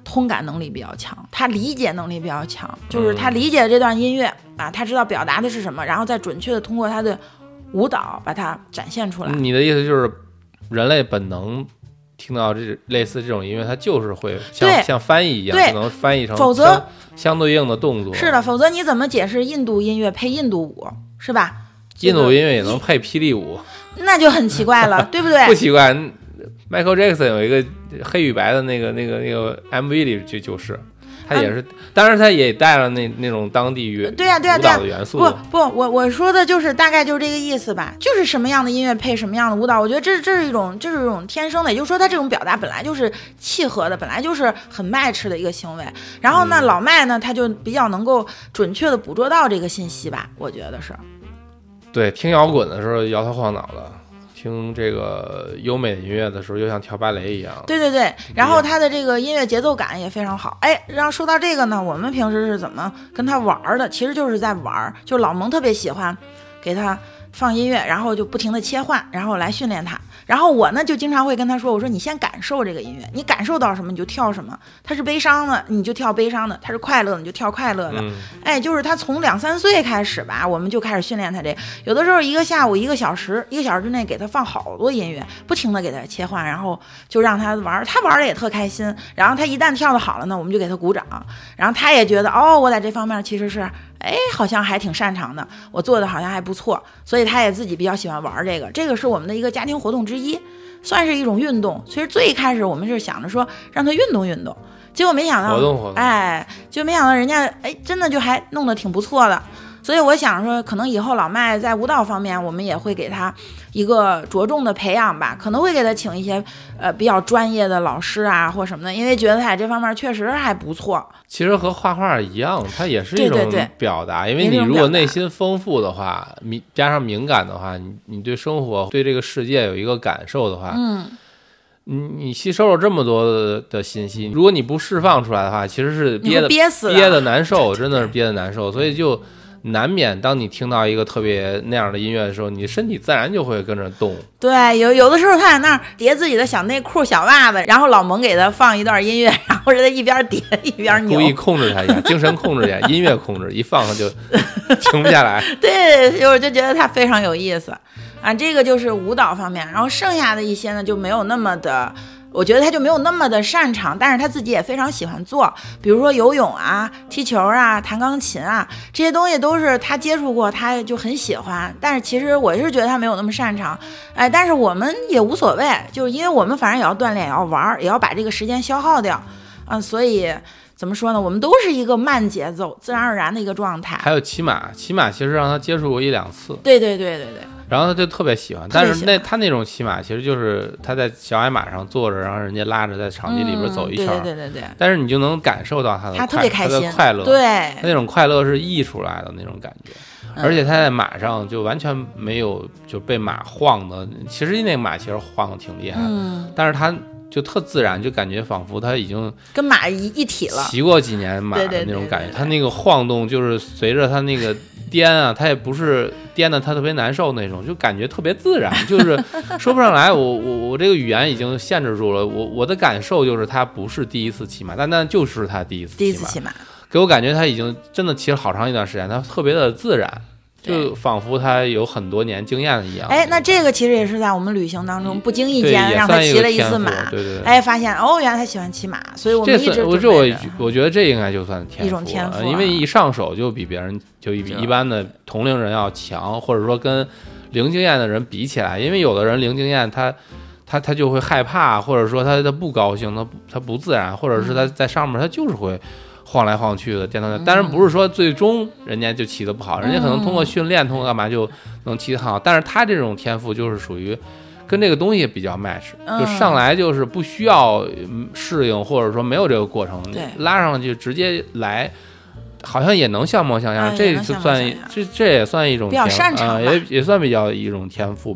通感能力比较强，他理解能力比较强，就是他理解这段音乐啊，他知道表达的是什么，然后再准确的通过他的舞蹈把它展现出来。 你的意思就是人类本能听到类似这种音乐，它就是会像翻译一样，可能翻译成否则相对应的动作。 是的，否则你怎么解释印度音乐配印度舞，是吧？ 印度音乐也能配霹雳舞， 那就很奇怪了，对不对？ 不奇怪。Michael Jackson 有一个黑与白的那个 MV 里就是他也是，当然他也带了那种当地舞蹈的元素。 不，我说的就是大概就是这个意思吧，就是什么样的音乐配什么样的舞蹈，我觉得这是一种天生的，也就是说他这种表达本来就是契合的，本来就是很match的一个行为。然后呢，老麦呢他就比较能够准确的捕捉到这个信息吧，我觉得是。 对，听摇滚的时候摇头晃脑的。听这个优美的音乐的时候，就像跳芭蕾一样。 对对对，然后他的这个音乐节奏感也非常好。哎，然后说到这个呢，我们平时是怎么跟他玩的？其实就是在玩，就老蒙特别喜欢给他放音乐，然后就不停的切换，然后来训练他。然后我呢就经常会跟他说，我说你先感受这个音乐，你感受到什么你就跳什么。他是悲伤的，你就跳悲伤的；他是快乐的，你就跳快乐的。哎，就是他从2、3岁开始吧，我们就开始训练他这。有的时候一个下午1个小时，1个小时之内给他放好多音乐，不停的给他切换，然后就让他玩，他玩的也特开心。然后他一旦跳得好了呢，我们就给他鼓掌，然后他也觉得我在这方面其实是好像还挺擅长的，我做的好像还不错，所以他也自己比较喜欢玩这个。这个是我们的一个家庭活动之一，算是一种运动。其实最开始我们是想着说让他运动运动，结果没想到活动就没想到人家真的就还弄得挺不错的。所以我想说，可能以后老麦在舞蹈方面，我们也会给他一个着重的培养吧，可能会给他请一些比较专业的老师啊或什么的，因为觉得他这方面确实还不错。 其实和画画一样，它也是一种表达，因为你如果内心丰富的话，加上敏感的话，你对生活对这个世界有一个感受的话，你吸收了这么多的信息，如果你不释放出来的话，其实是憋的难受，真的是憋的难受，所以就难免当你听到一个特别那样的音乐的时候，你身体自然就会跟着动。 对，有的时候他在那儿叠自己的小内裤小袜子，然后老蒙给他放一段音乐，然后是他一边叠一边扭， 故意控制他一下，精神控制一下，音乐控制，一放他就停不下来。 对，我就觉得他非常有意思啊。这个就是舞蹈方面，然后剩下的一些呢就没有那么的，我觉得他就没有那么的擅长，但是他自己也非常喜欢做，比如说游泳啊、踢球啊、弹钢琴啊，这些东西都是他接触过，他就很喜欢。但是其实我是觉得他没有那么擅长，但是我们也无所谓，就是因为我们反正也要锻炼，也要玩，也要把这个时间消耗掉，所以怎么说呢？我们都是一个慢节奏、自然而然的一个状态。 还有骑马其实让他接触过1、2次， 对。 然后他就特别喜欢，但是他那种骑马其实就是他在小矮马上坐着，然后人家拉着在场地里边走一圈， 对。 但是你就能感受到他特别开心， 他的快乐， 对， 他那种快乐是溢出来的那种感觉，而且他在马上就完全没有就被马晃的，其实那个马其实晃的挺厉害的，但是他就特自然，就感觉仿佛他已经跟马一体了， 骑过几年马的那种感觉，他那个晃动就是随着他那个颠啊，他也不是颠的他特别难受那种，就感觉特别自然，就是说不上来。我这个语言已经限制住了，我的感受就是他不是第一次骑马，但就是他第一次骑马，给我感觉他已经真的骑了好长一段时间，他特别的自然。就仿佛他有很多年经验一样。 那这个其实也是在我们旅行当中不经意间让他骑了一次马， 对， 发现原来他喜欢骑马，所以我们一直我觉得这应该就算一种天赋， 因为一上手就比别人就比一般的同龄人要强，或者说跟零经验的人比起来，因为有的人零经验他就会害怕，或者说他不高兴，他不自然，或者是他在上面他就是会晃来晃去的颠倒颠倒，当然不是说最终人家就骑得不好，人家可能通过训练，通过干嘛就能骑得好，但是他这种天赋就是属于跟这个东西比较 match，就上来就是不需要适应，或者说没有这个过程，拉上去直接来，好像也能像模像样，这就算这也算一种比较擅长， 也算比较一种天赋吧。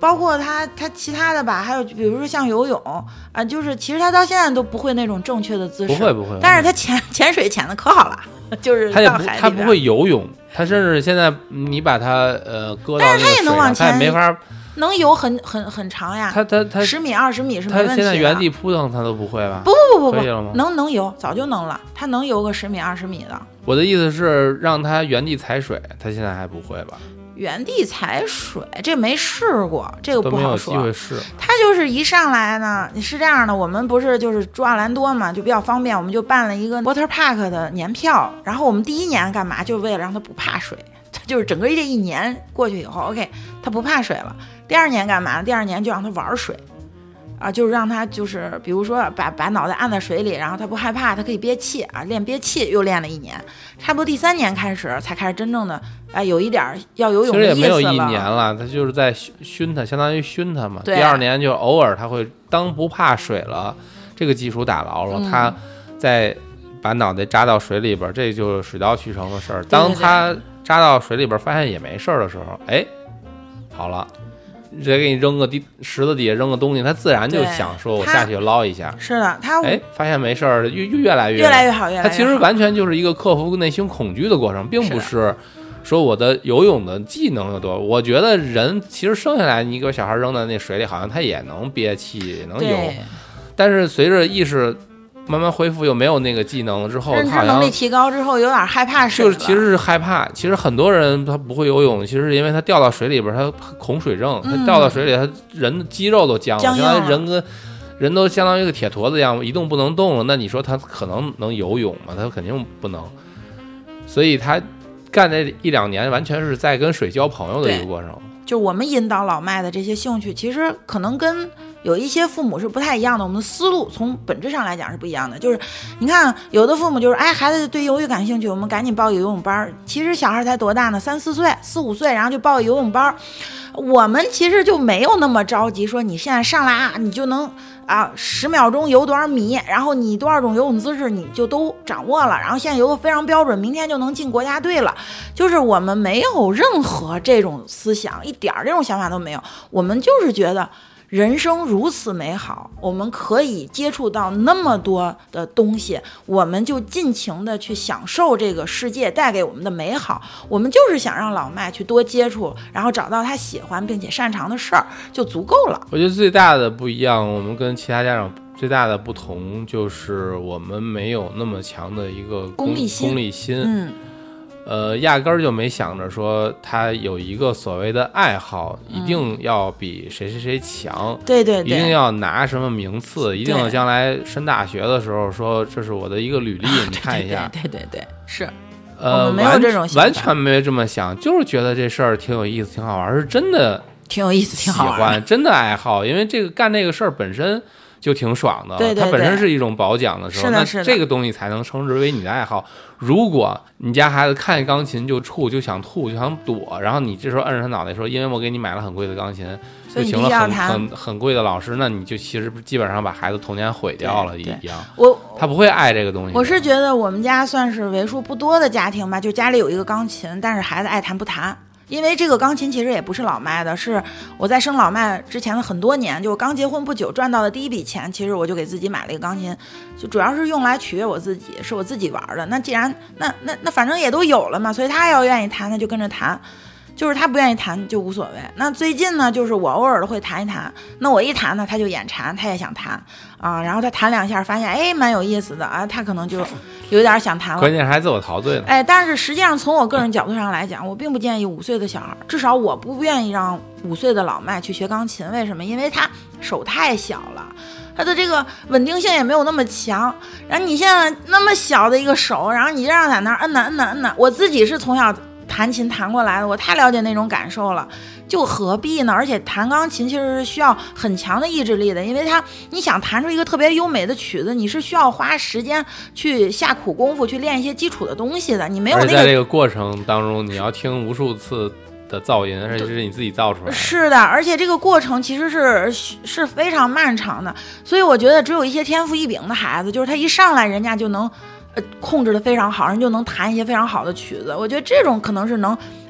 包括他其他的吧，还有比如说像游泳啊，就是其实他到现在都不会那种正确的姿势， 不会， 但是他潜水潜的可好了，就是他不会游泳，他甚至现在你把他搁到那个水上， 但是他也能往前， 他也没法能游很长呀，他10米20米是没问题的。 他现在原地扑腾他都不会吧？ 不， 可以了吗？ 能游，早就能了，他能游个10米20米的。 我的意思是让他原地踩水，他现在还不会吧？ 原地踩水，这没试过，这个不好说。 都没有机会试。 他就是一上来呢，你是这样的，我们不是就是住奥兰多嘛，就比较方便，我们就办了一个 Water Park 的年票。然后我们第1年干嘛？就为了让他不怕水，就是整个这1年过去以后 ，OK， 他不怕水了。第2年干嘛？第2年就让他玩水。啊，就是让他就是比如说把脑袋按在水里，然后他不害怕，他可以憋气啊，练憋气又练了1年，差不多第3年开始才开始真正的有一点要游泳的意思了。 其实也没有1年了，他就是在熏他，相当于熏他嘛。第2年就偶尔他会当不怕水了，这个技术打牢了，他再把脑袋扎到水里边，这就是水到渠成的事儿。当他扎到水里边发现也没事的时候，哎，好了。直接给你扔个石子底下扔个东西，他自然就想说我下去捞一下。 是的，他发现没事儿，越来越好， 他其实完全就是一个克服内心恐惧的过程，并不是说我的游泳的技能有多。我觉得人其实生下来，你给小孩扔在那水里，好像他也能憋气，能游，但是随着意识慢慢恢复，又没有那个技能之后， 认知能力提高之后，有点害怕水了。 就是其实是害怕。其实很多人他不会游泳，其实是因为他掉到水里边，他恐水症，他掉到水里，他人的肌肉都僵了，相当于人都相当于一个铁坨子一样，一动不能动了。那你说他可能游泳吗？他肯定不能。所以他干这1-2年，完全是在跟水交朋友的一个过程。 就我们引导老麦的这些兴趣，其实可能跟有一些父母是不太一样的，我们的思路从本质上来讲是不一样的。就是你看，有的父母就是孩子对游泳感兴趣，我们赶紧报游泳班。其实小孩才多大呢？3、4岁、4、5岁，然后就报游泳班。我们其实就没有那么着急，说你现在上来你就能10秒钟游多少米，然后你多少种游泳姿势你就都掌握了，然后现在游的非常标准，明天就能进国家队了。就是我们没有任何这种思想，一点这种想法都没有。我们就是觉得人生如此美好，我们可以接触到那么多的东西，我们就尽情的去享受这个世界带给我们的美好。我们就是想让老麦去多接触，然后找到他喜欢并且擅长的事儿，就足够了。 我觉得最大的不一样，我们跟其他家长最大的不同就是我们没有那么强的一个功利心。压根儿就没想着说他有一个所谓的爱好，一定要比谁强， 对， 一定要拿什么名次，一定要将来升大学的时候说这是我的一个履历，你看一下。 对，是。我们没有这种想法， 完全没这么想，就是觉得这事儿挺有意思，挺好玩，是真的挺有意思，挺好玩， 喜欢，真的爱好，因为干这个事儿本身就挺爽的， 对， 它本身是一种褒奖的时候，那这个东西才能称之为你的爱好。如果你家孩子看见钢琴就就想吐，就想躲，然后你这时候摁着他脑袋说，因为我给你买了很贵的钢琴，就请了很贵的老师，那你就其实基本上把孩子童年毁掉了一样。他不会爱这个东西。 我是觉得我们家算是为数不多的家庭吧，就家里有一个钢琴，但是孩子爱弹不弹。因为这个钢琴其实也不是老麦的，是我在生老麦之前的很多年，就我刚结婚不久赚到的第一笔钱，其实我就给自己买了一个钢琴，就主要是用来取悦我自己，是我自己玩的。那既然那反正也都有了嘛，所以他要愿意弹他就跟着弹，就是他不愿意弹就无所谓。那最近呢，就是我偶尔的会弹一弹，那我一弹呢他就眼馋，他也想弹然后他弹2下发现蛮有意思的他可能就有点想弹了， 关键是还自我陶醉了。 但是实际上从我个人角度上来讲，我并不建议5岁的小孩，至少我不愿意让5岁的老麦去学钢琴。为什么？因为他手太小了，他的这个稳定性也没有那么强，然后你现在那么小的一个手，然后你让他在那儿摁呢，我自己是从小弹琴弹过来的，我太了解那种感受了，就何必呢？而且弹钢琴其实是需要很强的意志力的，因为你想弹出一个特别优美的曲子，你是需要花时间去下苦功夫去练一些基础的东西的，你没有那个。 而且在这个过程当中，你要听无数次的噪音，而且是你自己造出来的。 是的，而且这个过程其实是非常漫长的，所以我觉得只有一些天赋异禀的孩子，就是他一上来人家就能控制的非常好，人就能弹一些非常好的曲子。我觉得这种可能是能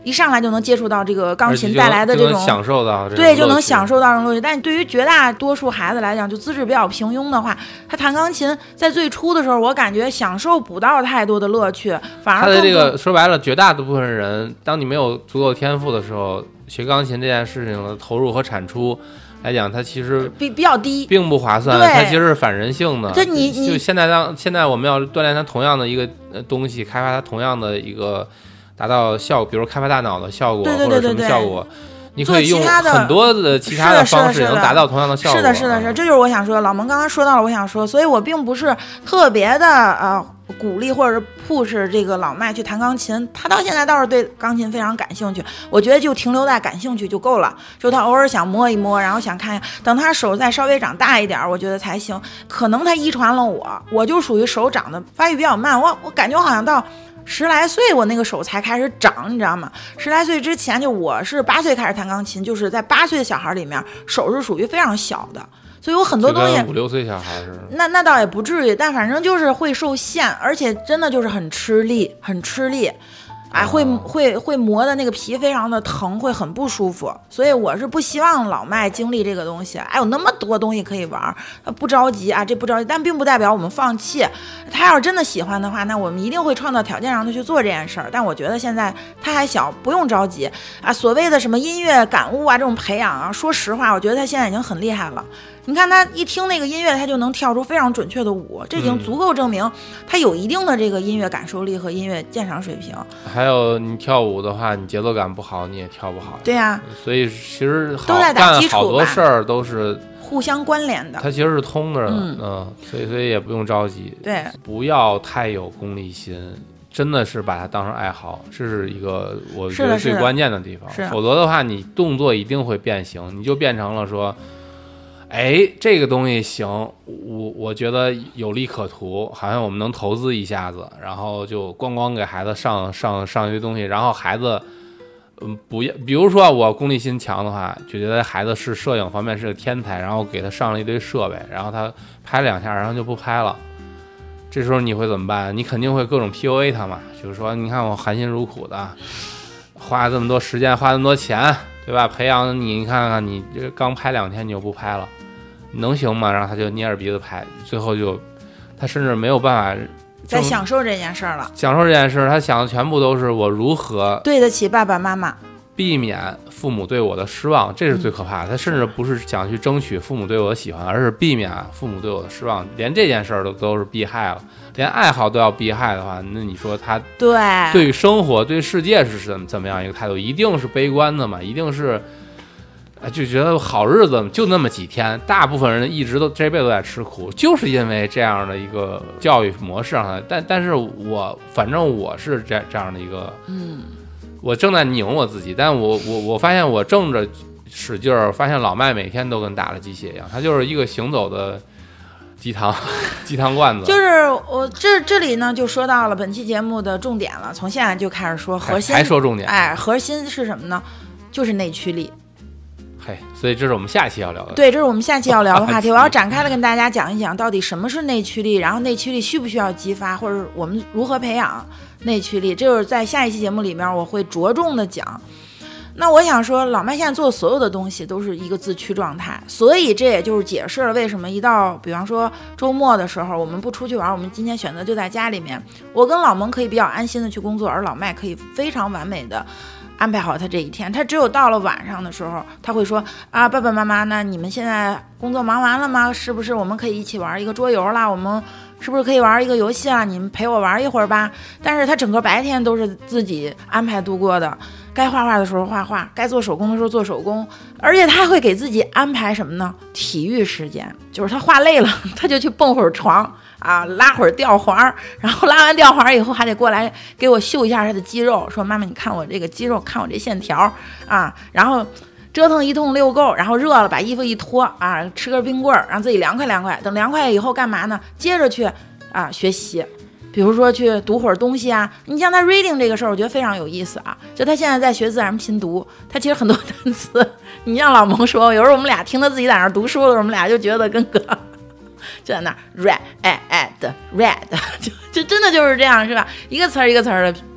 一上来就能接触到这个钢琴带来的这种享受到这种对，就能享受到这种乐趣。但对于绝大多数孩子来讲，就资质比较平庸的话，他弹钢琴在最初的时候，我感觉享受不到太多的乐趣，反而他的这个说白了，绝大部分人，当你没有足够天赋的时候，学钢琴这件事情的投入和产出来讲，它其实比较低， 并不划算，它其实是反人性的。 这你就现在我们要锻炼它同样的一个东西，开发它同样的一个达到效果，比如开发大脑的效果，或者什么效果。你可以用很多的其他的方式能达到同样的效果。 是的，这就是我想说的。老蒙刚刚说到了我想说，所以我并不是特别的鼓励或者是 push 这个老麦去弹钢琴，他到现在倒是对钢琴非常感兴趣，我觉得就停留在感兴趣就够了，就他偶尔想摸一摸，然后想看，等他手再稍微长大一点，我觉得才行。可能他遗传了我就属于手长得发育比较慢，我感觉好像到10来岁我那个手才开始长，你知道吗？10来岁之前，就我是8岁开始弹钢琴，就是在8岁的小孩里面手是属于非常小的，所以有很多东西 5、6岁小孩是那倒也不至于，但反正就是会受限，而且真的就是很吃力哎，会磨的那个皮非常的疼，会很不舒服，所以我是不希望老麦经历这个东西。哎，有那么多东西可以玩，不着急啊，这不着急，但并不代表我们放弃。他要是真的喜欢的话，那我们一定会创造条件让他去做这件事儿。但我觉得现在他还小，不用着急啊。所谓的什么音乐感悟啊，这种培养啊，说实话，我觉得他现在已经很厉害了。你看他一听那个音乐，他就能跳出非常准确的舞，这已经足够证明他有一定的这个音乐感受力和音乐鉴赏水平。 还有你跳舞的话，你节奏感不好，你也跳不好。 对呀， 所以其实都在打基础吧， 干好多事儿都是互相关联的， 它其实是通着的。所以也不用着急， 对， 不要太有功利心。真的是把它当成爱好，这是一个我觉得最关键的地方。否则的话，你动作一定会变形，你就变成了说，哎，这个东西行，我觉得有利可图，好像我们能投资一下子，然后就咣给孩子上一堆东西，然后孩子，不要，比如说我功利心强的话，就觉得孩子是摄影方面是个天才，然后给他上了一堆设备，然后他拍2下，然后就不拍了。这时候你会怎么办？你肯定会各种 PUA 他嘛，就是说，你看我含辛茹苦的，花这么多时间，花这么多钱，对吧？培养你，你看看你这刚拍2天你就不拍了，你能行吗？然后他就捏着鼻子拍，最后就他甚至没有办法在享受这件事了。 享受这件事，他想的全部都是我如何对得起爸爸妈妈， 避免父母对我的失望，这是最可怕的。他甚至不是想去争取父母对我的喜欢，而是避免父母对我的失望。连这件事儿都是避害了，连爱好都要避害的话，那你说他对于生活、对世界是怎么样一个态度？一定是悲观的嘛？一定是就觉得好日子就那么几天。大部分人一直都这辈子都在吃苦，就是因为这样的一个教育模式上的。但是反正我是这样的一个我正在拧我自己，但我发现我正着使劲儿，发现老麦每天都跟打了鸡血一样，他就是一个行走的鸡汤罐子。 就是我这里呢就说到了本期节目的重点了，从现在就开始说核心， 还说重点， 哎，核心是什么呢？就是内驱力。 嘿，所以这是我们下期要聊的。 对，这是我们下期要聊的话题。我要展开的跟大家讲一讲，到底什么是内驱力，然后内驱力需不需要激发，或者我们如何培养内驱力，这就是在下一期节目里面我会着重的讲。那我想说，老麦现在做的所有的东西都是一个自驱状态，所以这也就是解释了为什么一到比方说周末的时候，我们不出去玩，我们今天选择就在家里面，我跟老蒙可以比较安心的去工作，而老麦可以非常完美的安排好他这一天。他只有到了晚上的时候，他会说啊，爸爸妈妈，那你们现在工作忙完了吗？是不是我们可以一起玩一个桌游啦？我们是不是可以玩一个游戏啦？你们陪我玩一会儿吧。但是他整个白天都是自己安排度过的，该画画的时候画画，该做手工的时候做手工，而且他还会给自己安排什么呢？体育时间，就是他画累了，他就去蹦会儿床啊，拉会儿吊环，然后拉完吊环以后还得过来给我秀一下他的肌肉，说妈妈你看我这个肌肉，看我这线条啊，然后折腾一通遛够，然后热了把衣服一脱啊，吃根冰棍儿，让自己凉快凉快。等凉快以后干嘛呢？接着去啊学习，比如说去读会儿东西啊。你像他 reading 这个事儿，我觉得非常有意思啊。就他现在在学自然拼读，他其实很多单词，你像老蒙说，有时候我们俩听他自己在那儿读书的时候，我们俩就觉得跟个就在那 red red 就真的就是这样，是吧？一个词儿一个词儿的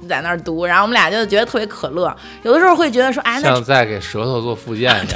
在那儿读，然后我们俩就觉得特别可乐。有的时候会觉得说，哎，那像在给舌头做复健一样。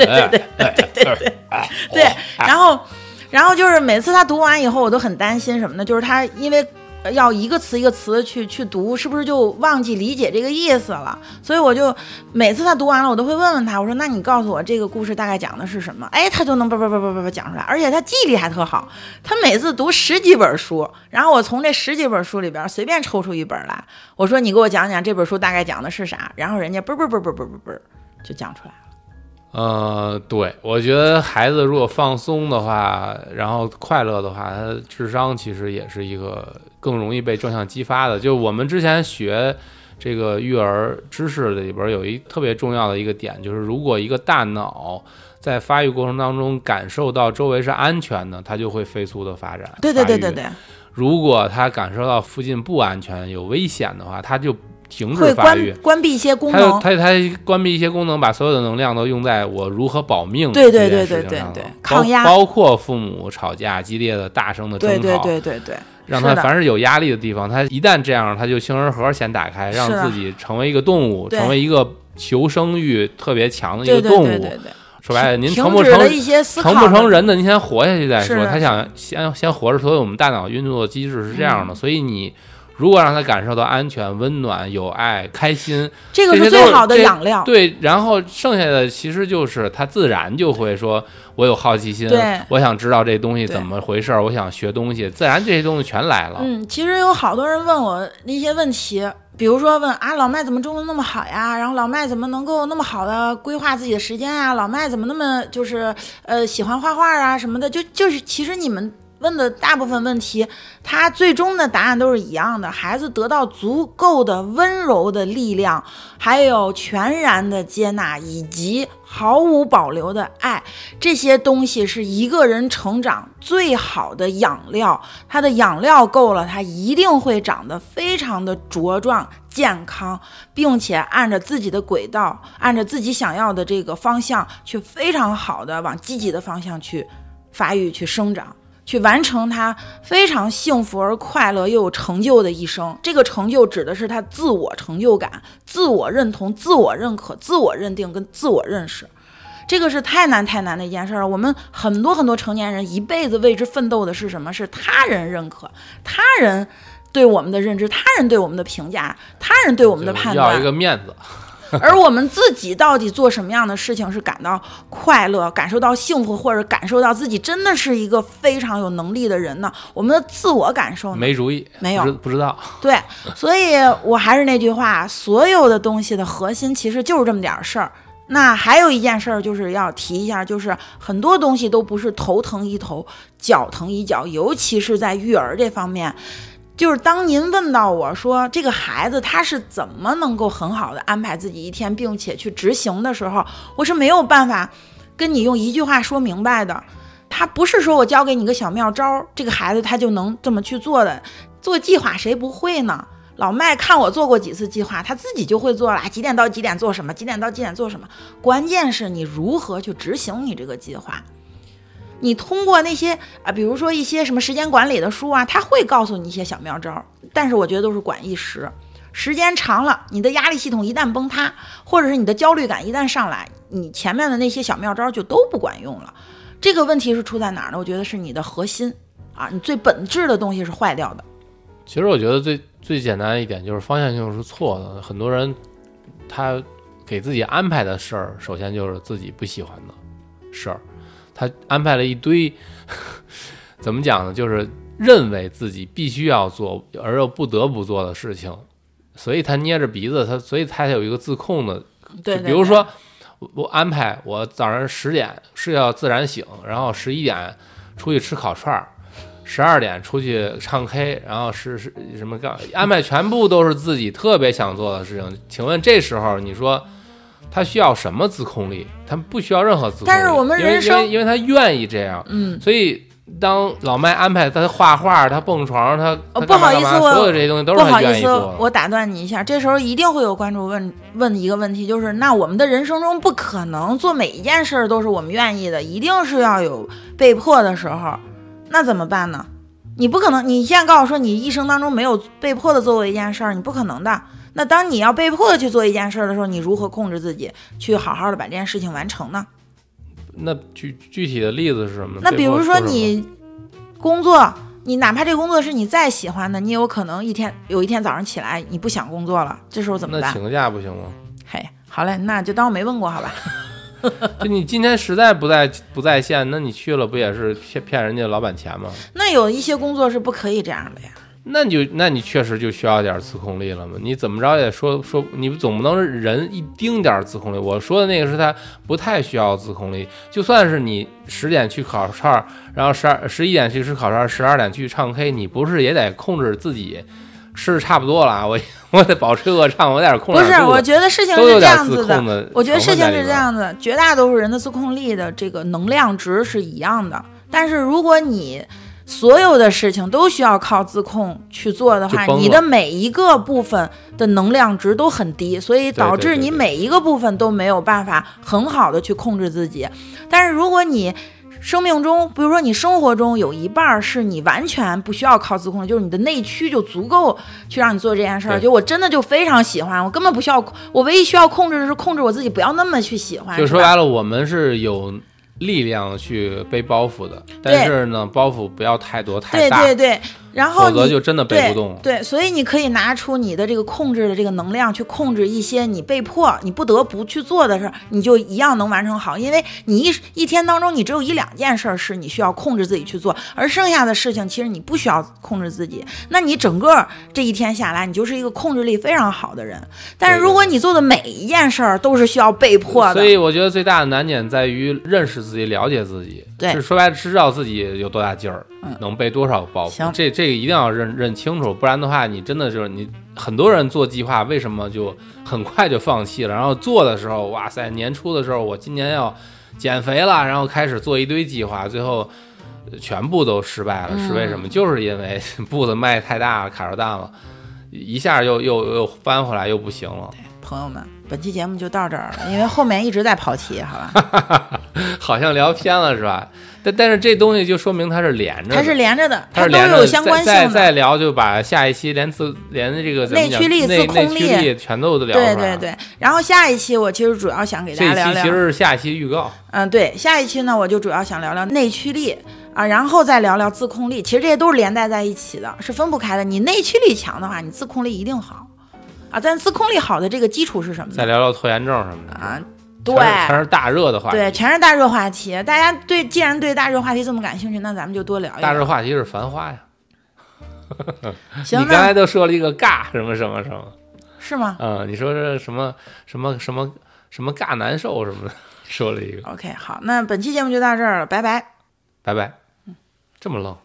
对，然后就是每次他读完以后，我都很担心什么呢？就是他因为要一个词一个词去读，是不是就忘记理解这个意思了？所以我就每次他读完了，我都会问问他，我说那你告诉我这个故事大概讲的是什么？哎，他就能叭讲出来，而且他记忆力还特好，他每次读10几本书，然后我从这10几本书里边随便抽出一本来，我说你给我讲讲这本书大概讲的是啥，然后人家啵就讲出来了。 对，我觉得孩子如果放松的话，然后快乐的话，他的智商其实也是一个更容易被正向激发的。就我们之前学这个育儿知识里边有一特别重要的一个点，就是如果一个大脑在发育过程当中感受到周围是安全的，它就会飞速的发展。 对。 如果他感受到附近不安全、有危险的话，他就停止发育， 关闭一些功能， 他关闭一些功能，把所有的能量都用在我如何保命对， 抗压，包括父母吵架激烈的大声的争吵， 对， 让他凡是有压力的地方，他一旦这样，他就杏仁核先打开，让自己成为一个动物，成为一个求生欲特别强的一个动物。 对。 说白了，您成不成人的，您先活下去再说。他想先活着，所以我们大脑运作的机制是这样的，所以你如果让他感受到安全、温暖、有爱、开心， 这个是最好的养料。 对，然后剩下的其实就是他自然就会说，我有好奇心，我想知道这东西怎么回事，我想学东西，自然这些东西全来了。 其实有好多人问我一些问题，比如说问啊，老麦怎么中文那么好呀？然后老麦怎么能够那么好的规划自己的时间啊？老麦怎么那么就是喜欢画画啊什么的？就是其实你们问的大部分问题，他最终的答案都是一样的。孩子得到足够的温柔的力量，还有全然的接纳，以及毫无保留的爱，这些东西是一个人成长最好的养料。他的养料够了，他一定会长得非常的茁壮健康，并且按照自己的轨道，按照自己想要的这个方向去非常好的往积极的方向去发育，去生长，去完成他非常幸福而快乐又有成就的一生。这个成就指的是他自我成就感、自我认同、自我认可、自我认定跟自我认识。这个是太难的一件事儿。我们很多成年人一辈子为之奋斗的是什么？是他人认可，他人对我们的认知，他人对我们的评价，他人对我们的判断， 要一个面子。 而我们自己到底做什么样的事情是感到快乐、感受到幸福，或者感受到自己真的是一个非常有能力的人呢？我们的自我感受呢？ 没主意， 没有， 不知道。 对，所以我还是那句话，所有的东西的核心其实就是这么点事儿。那还有一件事儿就是要提一下，就是很多东西都不是头疼一头脚疼一脚，尤其是在育儿这方面。就是当您问到我说这个孩子他是怎么能够很好的安排自己一天并且去执行的时候，我是没有办法跟你用一句话说明白的。他不是说我教给你个小妙招，这个孩子他就能这么去做的。做计划谁不会呢？老麦看我做过几次计划，他自己就会做了，几点到几点做什么，几点到几点做什么。关键是你如何去执行你这个计划。你通过那些比如说一些什么时间管理的书啊，他会告诉你一些小妙招，但是我觉得都是管一时。时间长了，你的压力系统一旦崩塌，或者是你的焦虑感一旦上来，你前面的那些小妙招就都不管用了。这个问题是出在哪儿呢？我觉得是你的核心你最本质的东西是坏掉的。 其实我觉得最简单一点就是方向性是错的。很多人他给自己安排的事儿，首先就是自己不喜欢的事儿，他安排了一堆怎么讲呢，就是认为自己必须要做而又不得不做的事情，所以他捏着鼻子，所以他有一个自控的。 对， 比如说我安排我早上10点睡觉自然醒，然后11点出去吃烤串，12点出去唱 K， 然后是什么安排全部都是自己特别想做的事情。请问这时候你说他需要什么自控力？他不需要任何自控力。 但是我们人生因为他愿意这样，所以当老麦安排他画画，他蹦床，他不好意思， 所有这些东西都是他愿意做的。 不好意思，我打断你一下，这时候一定会有观众问一个问题，就是那我们的人生中不可能做每一件事都是我们愿意的，一定是要有被迫的时候，那怎么办呢？你不可能，你现在告诉我说你一生当中没有被迫的做过一件事儿，你不可能的。 那当你要被迫的去做一件事的时候，你如何控制自己去好好的把这件事情完成呢？ 那具体的例子是什么？ 那比如说你工作，你哪怕这个工作是你再喜欢的，你有可能有一天早上起来你不想工作了，这时候怎么办？ 那请个假不行吗？ 嘿，好嘞，那就当我没问过好吧。 就你今天实在不在线，那你去了不也是骗人家老板钱吗？ 那有一些工作是不可以这样的呀。 那你确实就需要点自控力了嘛。你怎么着也说，你总不能人一丁点自控力。我说的那个是他不太需要自控力，就算是你10点去烤串，然后11点去吃烤串，12点去唱 K， 你不是也得控制自己吃差不多了，我得保持饿畅，我得控制。 不是，我觉得事情是这样子的。我觉得事情是这样子，绝大多数人的自控力的这个能量值是一样的。但是如果你所有的事情都需要靠自控去做的话，你的每一个部分的能量值都很低，所以导致你每一个部分都没有办法很好的去控制自己。但是如果你生命中，比如说你生活中有一半是你完全不需要靠自控，就是你的内驱就足够去让你做这件事儿。就我真的就非常喜欢，我根本不需要，我唯一需要控制的是控制我自己不要那么去喜欢。 就说白了，我们是有力量去背包袱的，但是呢，包袱不要太多太大。 对，然后否则就真的背不动。 对，所以你可以拿出你的这个控制的这个能量去控制一些你被迫你不得不去做的事，你就一样能完成好。因为你一天当中你只有1-2件事是你需要控制自己去做，而剩下的事情其实你不需要控制自己。那你整个这一天下来，你就是一个控制力非常好的人。但是如果你做的每一件事都是需要被迫的， 所以我觉得最大的难点在于认识自己、了解自己。 对， 是说白了，知道自己有多大劲儿，能背多少包袱。这个一定要认清楚，不然的话，你真的是你很多人做计划，为什么就很快就放弃了？然后做的时候，哇塞，年初的时候我今年要减肥了，然后开始做一堆计划，最后全部都失败了。是为什么？就是因为步子迈太大了，卡着蛋了，一下又翻回来，又不行了。 朋友们，本期节目就到这儿了，因为后面一直在跑题，好吧？ 好像聊偏了是吧？但是这东西就说明它是连着的， 它是连着的， 它都有相关性的。 再聊就把下一期连这个内驱力、自控力全都聊出来。 对。然后下一期我其实主要想给大家聊聊， 这一期其实是下一期预告。 对，下一期呢我就主要想聊聊内驱力啊，然后再聊聊自控力。其实这些都是连带在一起的，是分不开的。你内驱力强的话，你自控力一定好。但自控力好的这个基础是什么呢？ 再聊聊拖延症什么的啊，对， 全是大热的话题， 对，全是大热话题。大家既然对大热话题这么感兴趣，那咱们就多聊一聊。 大热话题是繁花呀。 行， 你刚才都说了一个尬什么什么什么， 是吗？ 你说是什么尬难受什么的，说了一个。 OK， 好，那本期节目就到这儿了，拜拜， 拜拜。这么愣。